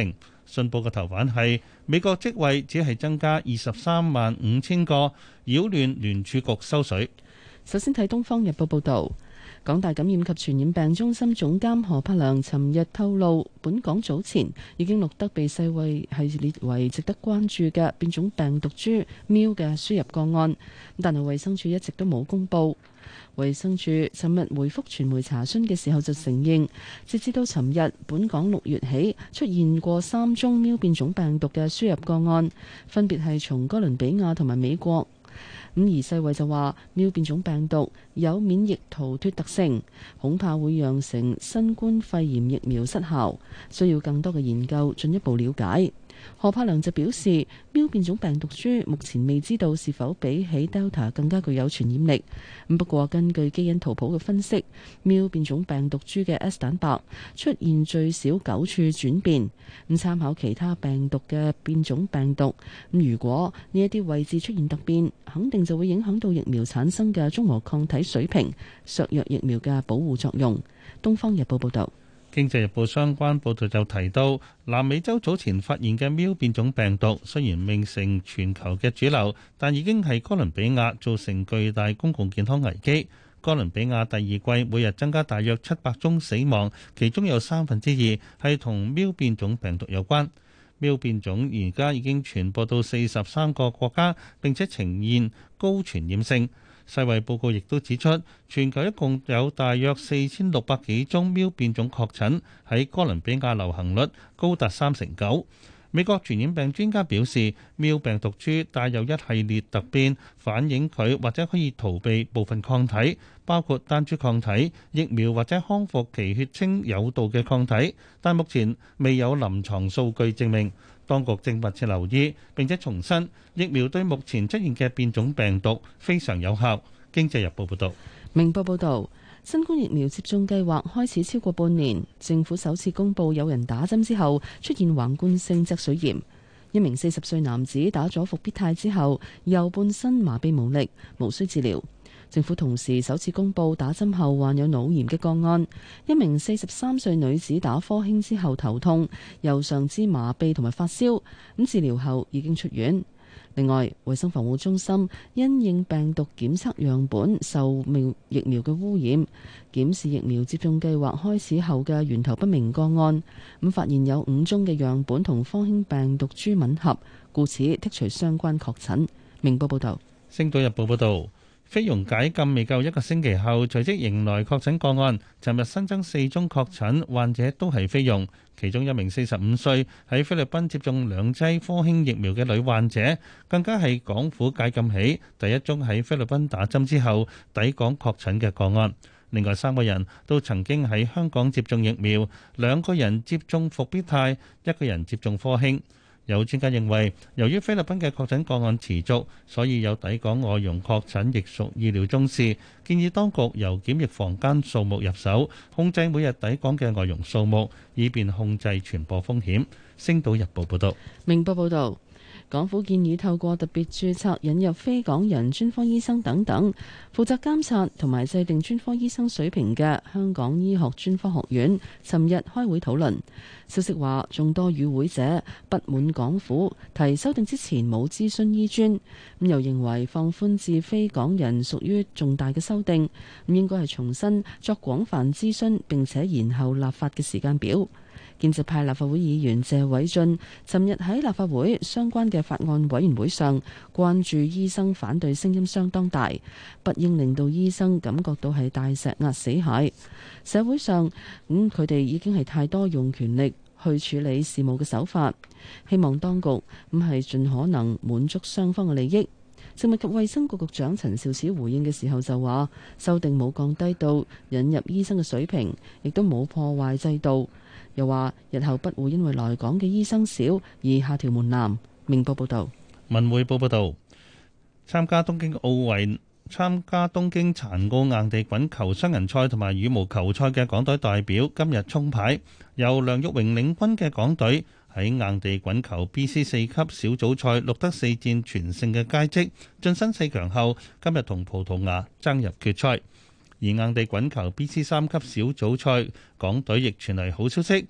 信報嘅頭版係美國職位只係增加二十三萬五千個，擾亂聯儲局收水。 首先睇《東方日報》報導。港大感染及傳染病中心總監何柏良尋日透露，本港早前已經錄得被世衛係列為值得關注嘅變種病毒株喵嘅輸入個案，但係衛生署一直都冇公佈。衛生署尋日回覆傳媒查詢嘅時候就承認，截至到尋日，本港六月起出現過三宗喵變種病毒嘅輸入個案，分別係從哥倫比亞同埋美國。咁而世衛就話，喵變種病毒有免疫逃脫特性，恐怕會釀成新冠肺炎疫苗失效，需要更多嘅研究進一步了解。何柏良就表示，喵變種病毒株目前未知道是否比起 Delta 更加具有傳染力。咁不過根據基因圖譜嘅分析，喵變種病毒株嘅 S 蛋白出現最少九處轉變。咁參考其他病毒嘅變種病毒，咁如果呢一啲位置出現突變，肯定就會影響到疫苗產生嘅中和抗體水平，削弱疫苗嘅保護作用。《東方日報》報道。 《經濟日報》相關報導就提到，南美洲早前發現嘅喵變種病毒雖然未成全球嘅主流，但已經係哥倫比亞造成巨大公共健康危機。哥倫比亞第二季每日增加大約七百宗死亡，其中有三分之二係同喵變種病毒有關。喵變種而家已經傳播到四十三個國家，並且呈現高傳染性。世衛報告亦都指出，全球一共有大約四千六百幾宗喵變種確診，喺哥倫比亞流行率高達三成九。美國傳染病專家表示，喵病毒株帶有一系列突變，反映佢或者可以逃避部分抗體，包括單株抗體、疫苗或者康復期血清有度嘅抗體，但目前未有臨床數據證明。當局正密切留意，並且重申疫苗對目前出現嘅變種病毒非常有效。經濟日報報道。 明報報道，新冠疫苗接種計劃開始超過半年，政府首次公布有人打針之後出現橫貫性脊髓炎。一名四十歲男子打咗復必泰之後，右半身麻痹無力，無需治療。政府同時首次公布打針後患有腦炎嘅個案，一名四十三歲女子打科興之後頭痛、右上肢麻痹同埋發燒，咁治療後已經出院。另外，衛生防護中心因應病毒檢測樣本受疫苗嘅污染，檢視疫苗接種計劃開始後嘅源頭不明個案，咁發現有五宗嘅樣本同科興病毒株吻合，故此剔除相關確診。明報報道。 《星島日報》報道。菲傭解禁未夠一個星期後，隨即迎來確診個案。尋日新增四宗確診，患者都係菲傭，其中一名四十五歲喺菲律賓接種兩劑科興疫苗嘅女患者，更加係港府解禁起第一宗喺菲律賓打針之後抵港確診嘅個案。另外三個人都曾經喺香港接種疫苗，兩個人接種復必泰，一個人接種科興。有專家認為，由於菲律賓嘅確診個案持續，所以有抵港外傭確診亦屬意料中事。建議當局由檢疫房間數目入手，控制每日抵港嘅外傭數目，以便控制傳播風險。星島日報報道。 明報報道。港府建議透過特別註冊引入非港人專科醫生等等，負責監察同埋制定專科醫生水平嘅香港醫學專科學院，尋日開會討論。消息話，眾多與會者不滿港府提修訂之前冇諮詢醫專，咁又認為放寬至非港人屬於重大嘅修訂，咁應該係重新作廣泛諮詢並且延後立法嘅時間表。建制派立法會議員謝偉俊尋日喺立法會相關嘅法案委員會上，關注醫生反對聲音相當大，不應令到醫生感覺到係大石壓死蟹。社會上咁佢哋已經係太多用權力去處理事務嘅手法，希望當局咁係盡可能滿足雙方嘅利益。食物及衛生局局長陳肇始回應嘅時候就話，修訂冇降低到引入醫生嘅水平，亦都冇破壞制度。又話日後不會因為來港嘅醫生少而下調門檻。明報報道。 文匯報報道，參加東京奧運、參加東京殘奧硬地滾球雙人賽同埋羽毛球賽嘅港隊代表今日衝牌，由梁玉榮領軍嘅港隊喺硬地滾球 B C 四級小組賽錄得四戰全勝嘅佳績，晉身四強後，今日同葡萄牙爭入決賽。而硬地滾球 B C 三級小組賽，港隊亦傳嚟好消息，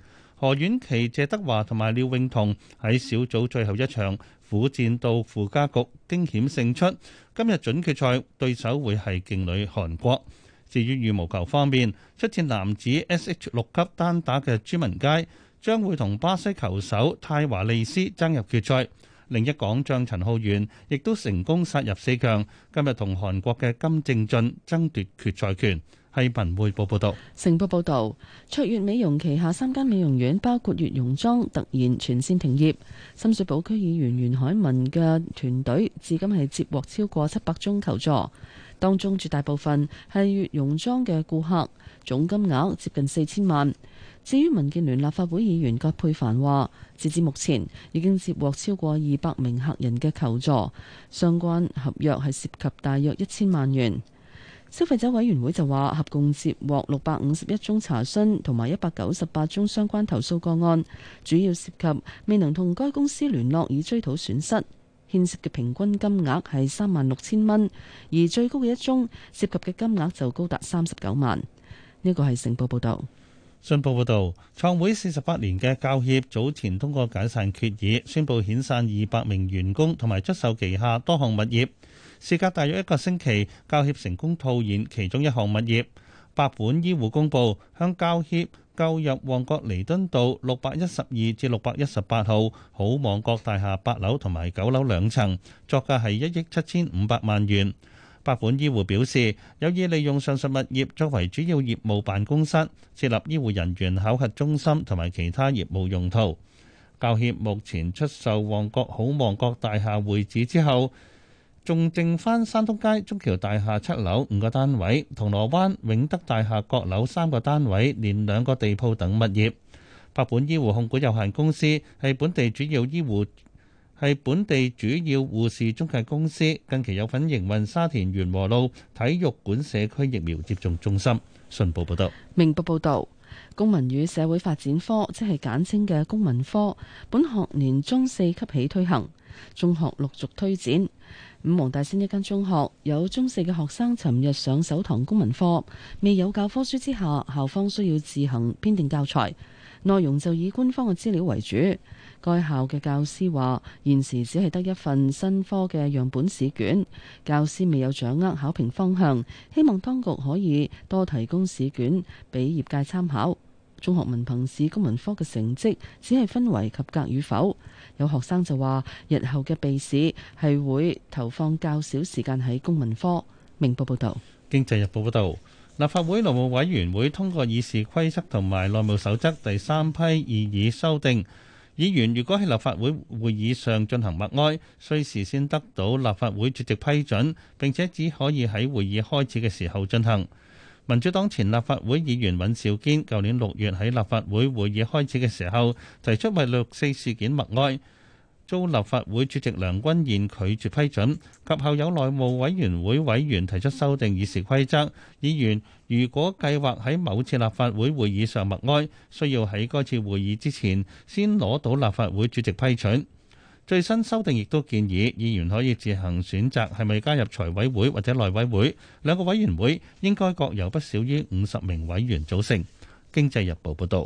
何婉琪、謝德華同埋廖永彤喺小組最後一場苦戰到附加局，驚險勝出。今日準決賽對手會係勁旅韓國。至於羽毛球方面，出戰男子 S H 六級單打嘅朱文佳將會同巴西球手泰華利斯爭入決賽。另一港將陳浩源亦都成功殺入四強，今日同韓國嘅金正俊爭奪決賽權。係文匯報報道。 成報報道，卓越美容旗下三間美容院，包括悦容莊，突然全線停業。深水埗區議員袁海文嘅團隊至今係接獲超過七百宗求助，當中絕大部分係悦容莊嘅顧客，總金額接近四千萬。至於民建聯立法會議員葛珮帆話，截至目前已經接獲超過二百名客人嘅求助，相關合約係涉及大約一千萬元。消費者委員會就話，合共接獲六百五十一宗查詢同埋一百九十八宗相關投訴個案，主要涉及未能同該公司聯絡以追討損失，牽涉嘅平均金額係三萬六千蚊，而最高嘅一宗涉及嘅金額就高達三十九萬。呢個係成報報導。 信報報導，創會四十八年嘅教協早前通過解散決議，宣布遣散二百名員工同埋出售旗下多項物業。事隔大約一個星期，教協成功套現其中一項物業。百本醫護公佈向教協購入旺角彌敦道六百一十二至六百一十八號好望角大廈八樓同埋九樓兩層，作價係一億七千五百萬元。百本醫護表示有意利用上述物業作為主要業務辦公室，設立醫護人員考核中心同埋其他業務用途。教協目前出售旺角好望角大廈會址之後，仲剩翻山東街中橋大廈七樓五個單位、銅鑼灣永德大廈閣樓三個單位，連兩個地鋪等物業。百本醫護控股有限公司係本地主要醫護係本地主要護士中介公司，近期有份營運沙田源禾路體育館社區疫苗接種中心。信報報道。 明報報道，公民與社會發展科即係簡稱嘅公民科，本學年中四級起推行，中學陸續推展。五黃大仙一間中學有中四嘅學生尋日上首堂公民課，未有教科書之下，校方需要自行編定教材，內容就以官方嘅資料為主。該校嘅教師話，現時只係得一份新科嘅樣本試卷，教師未有掌握考評方向，希望當局可以多提供試卷俾業界參考。中學文憑試公民科嘅成績只係分為及格與否，有學生就話日後嘅備試係會投放較少時間喺公民科。明報報道。 經濟日報報道，立法會內務委員會通過議事規則同埋內務守則第三批異議修訂，議員如果喺立法會會議上進行默哀，需事先得到立法會主席批准，並且只可以喺會議開始嘅時候進行。民主黨前立法會議員尹兆堅舊年六月喺立法會會議開始嘅時候提出為六四事件默哀，遭立法會主席梁君彥拒絕批准。及後有內務委員會委員提出修訂議事規則，議員如果計劃喺某次立法會會議上默哀，需要喺該次會議之前先攞到立法會主席批准。最新修訂亦都建議議員可以自行選擇係咪加入財委會或者內委會，兩個委員會應該各由不少於五十名委員組成。經濟日報報導。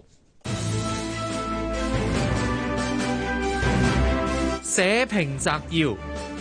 社評摘要。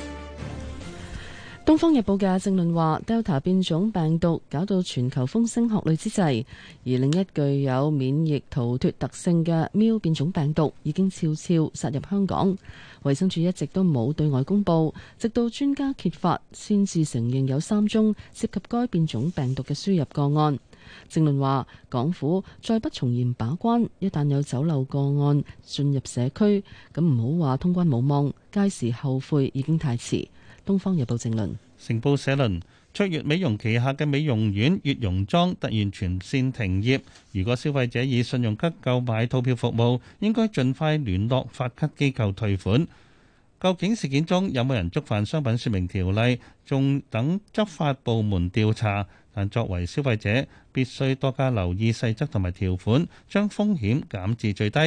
《東方日報》嘅正論話 ，Delta 變種病毒搞到全球風聲鶴唳之際，而另一具有免疫逃脫特性嘅 Mu 變種病毒已經悄悄殺入香港。衛生署一直都冇對外公佈，直到專家揭發，先至承認有三宗涉及該變種病毒嘅輸入個案。正論話，港府再不從嚴把關，一旦有走漏個案進入社區，咁唔好話通關無望，屆時後悔已經太遲。《東方日報》正論。 成報社論：卓越美容旗下嘅美容院悦容莊突然全線停業，如果消費者以信用卡購買套票服務，應該盡快聯絡發卡機構退款。究竟事件中有冇人觸犯商品說明條例，仲等執法部門調查。但作為消費者，必須多加留意細則同埋條款，將風險減至最低。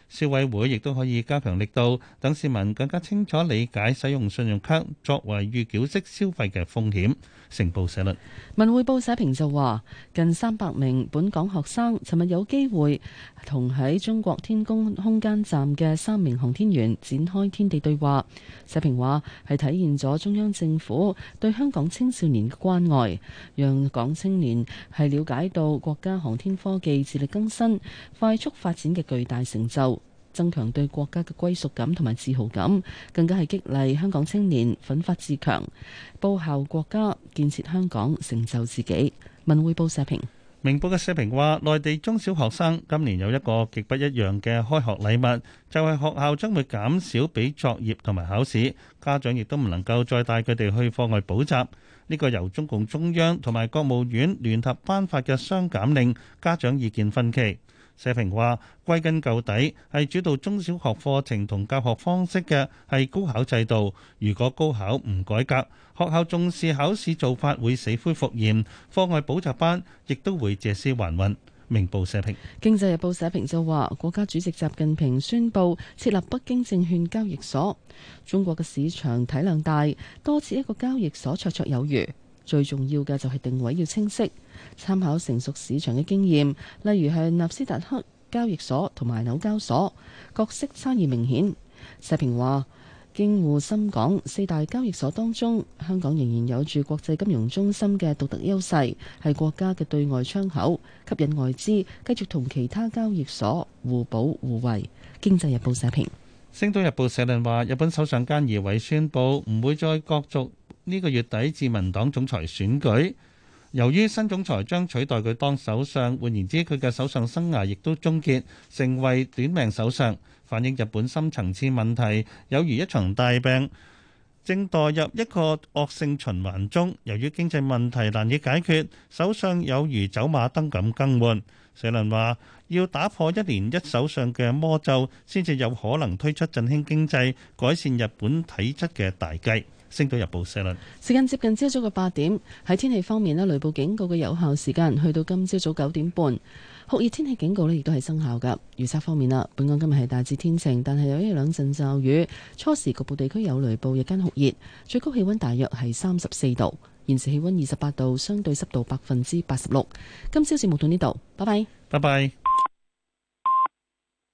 消委會亦都可以加強力度，等市民更加清楚理解使用信用卡作為預繳式消費嘅風險。成報社論。 文匯報社評就話，近三百名本港學生尋日有機會同喺中國天宮空間站嘅三名航天員展開天地對話。社評話係體現咗中央政府對香港青少年嘅關愛，讓港青年係了解到國家航天科技自力更新、快速發展嘅巨大成就，增強對國家嘅歸屬感同埋自豪感，更加係激勵香港青年奮發自強，報效國家，建設香港，成就自己。文匯報社評。 明報嘅社評話，內地中小學生今年有一個極不一樣嘅開學禮物，就係學校將會減少俾作業同埋考試，家長亦都唔能夠再帶佢哋去課外補習。呢個由中共中央同埋國務院聯合頒發嘅雙減令，家長意見分歧。社評話，歸根究底係主導中小學課程同教學方式嘅係高考制度。如果高考唔改革，學校重視考試做法會死灰復燃，課外補習班亦都會借屍還魂。明報社評。 經濟日報社評就話，國家主席習近平宣布設立北京證券交易所。中國嘅市場體量大，多設一個交易所綽綽有餘。最重要嘅就係定位要清晰，參考成熟市場嘅經驗，例如係納斯達克交易所同埋紐交所，角色差異明顯。社評話，京滬深港四大交易所當中，香港仍然有住國際金融中心嘅獨特優勢，係國家嘅對外窗口，吸引外資繼續同其他交易所互補互惠。經濟日報社評。 星島日報社論話，日本首相菅義偉宣布唔會再角逐呢個月底自民黨總裁選舉，由於新總裁將取代佢當首相，換言之，佢嘅首相生涯亦都終結，成為短命首相，反映日本深層次問題有如一場大病，正墮入一個惡性循環中。由於經濟問題難以解決，首相有如走馬燈咁更換。社論話，要打破一年一首相嘅魔咒，先至有可能推出振興經濟、改善日本體質嘅大計。星島日報社論。 時間接近朝早嘅八點，喺天氣方面咧，雷暴警告嘅有效時間去到今朝早九點半，酷熱天氣警告咧亦都係生效㗎。預測方面啦，本港今日係大致天晴，但係有一兩陣驟雨，初時局部地區有雷暴，日間酷熱，最高氣溫大約係三十四度。現時氣溫二十八度，相對濕度百分之八十六。今朝節目到呢度，拜拜。 拜拜。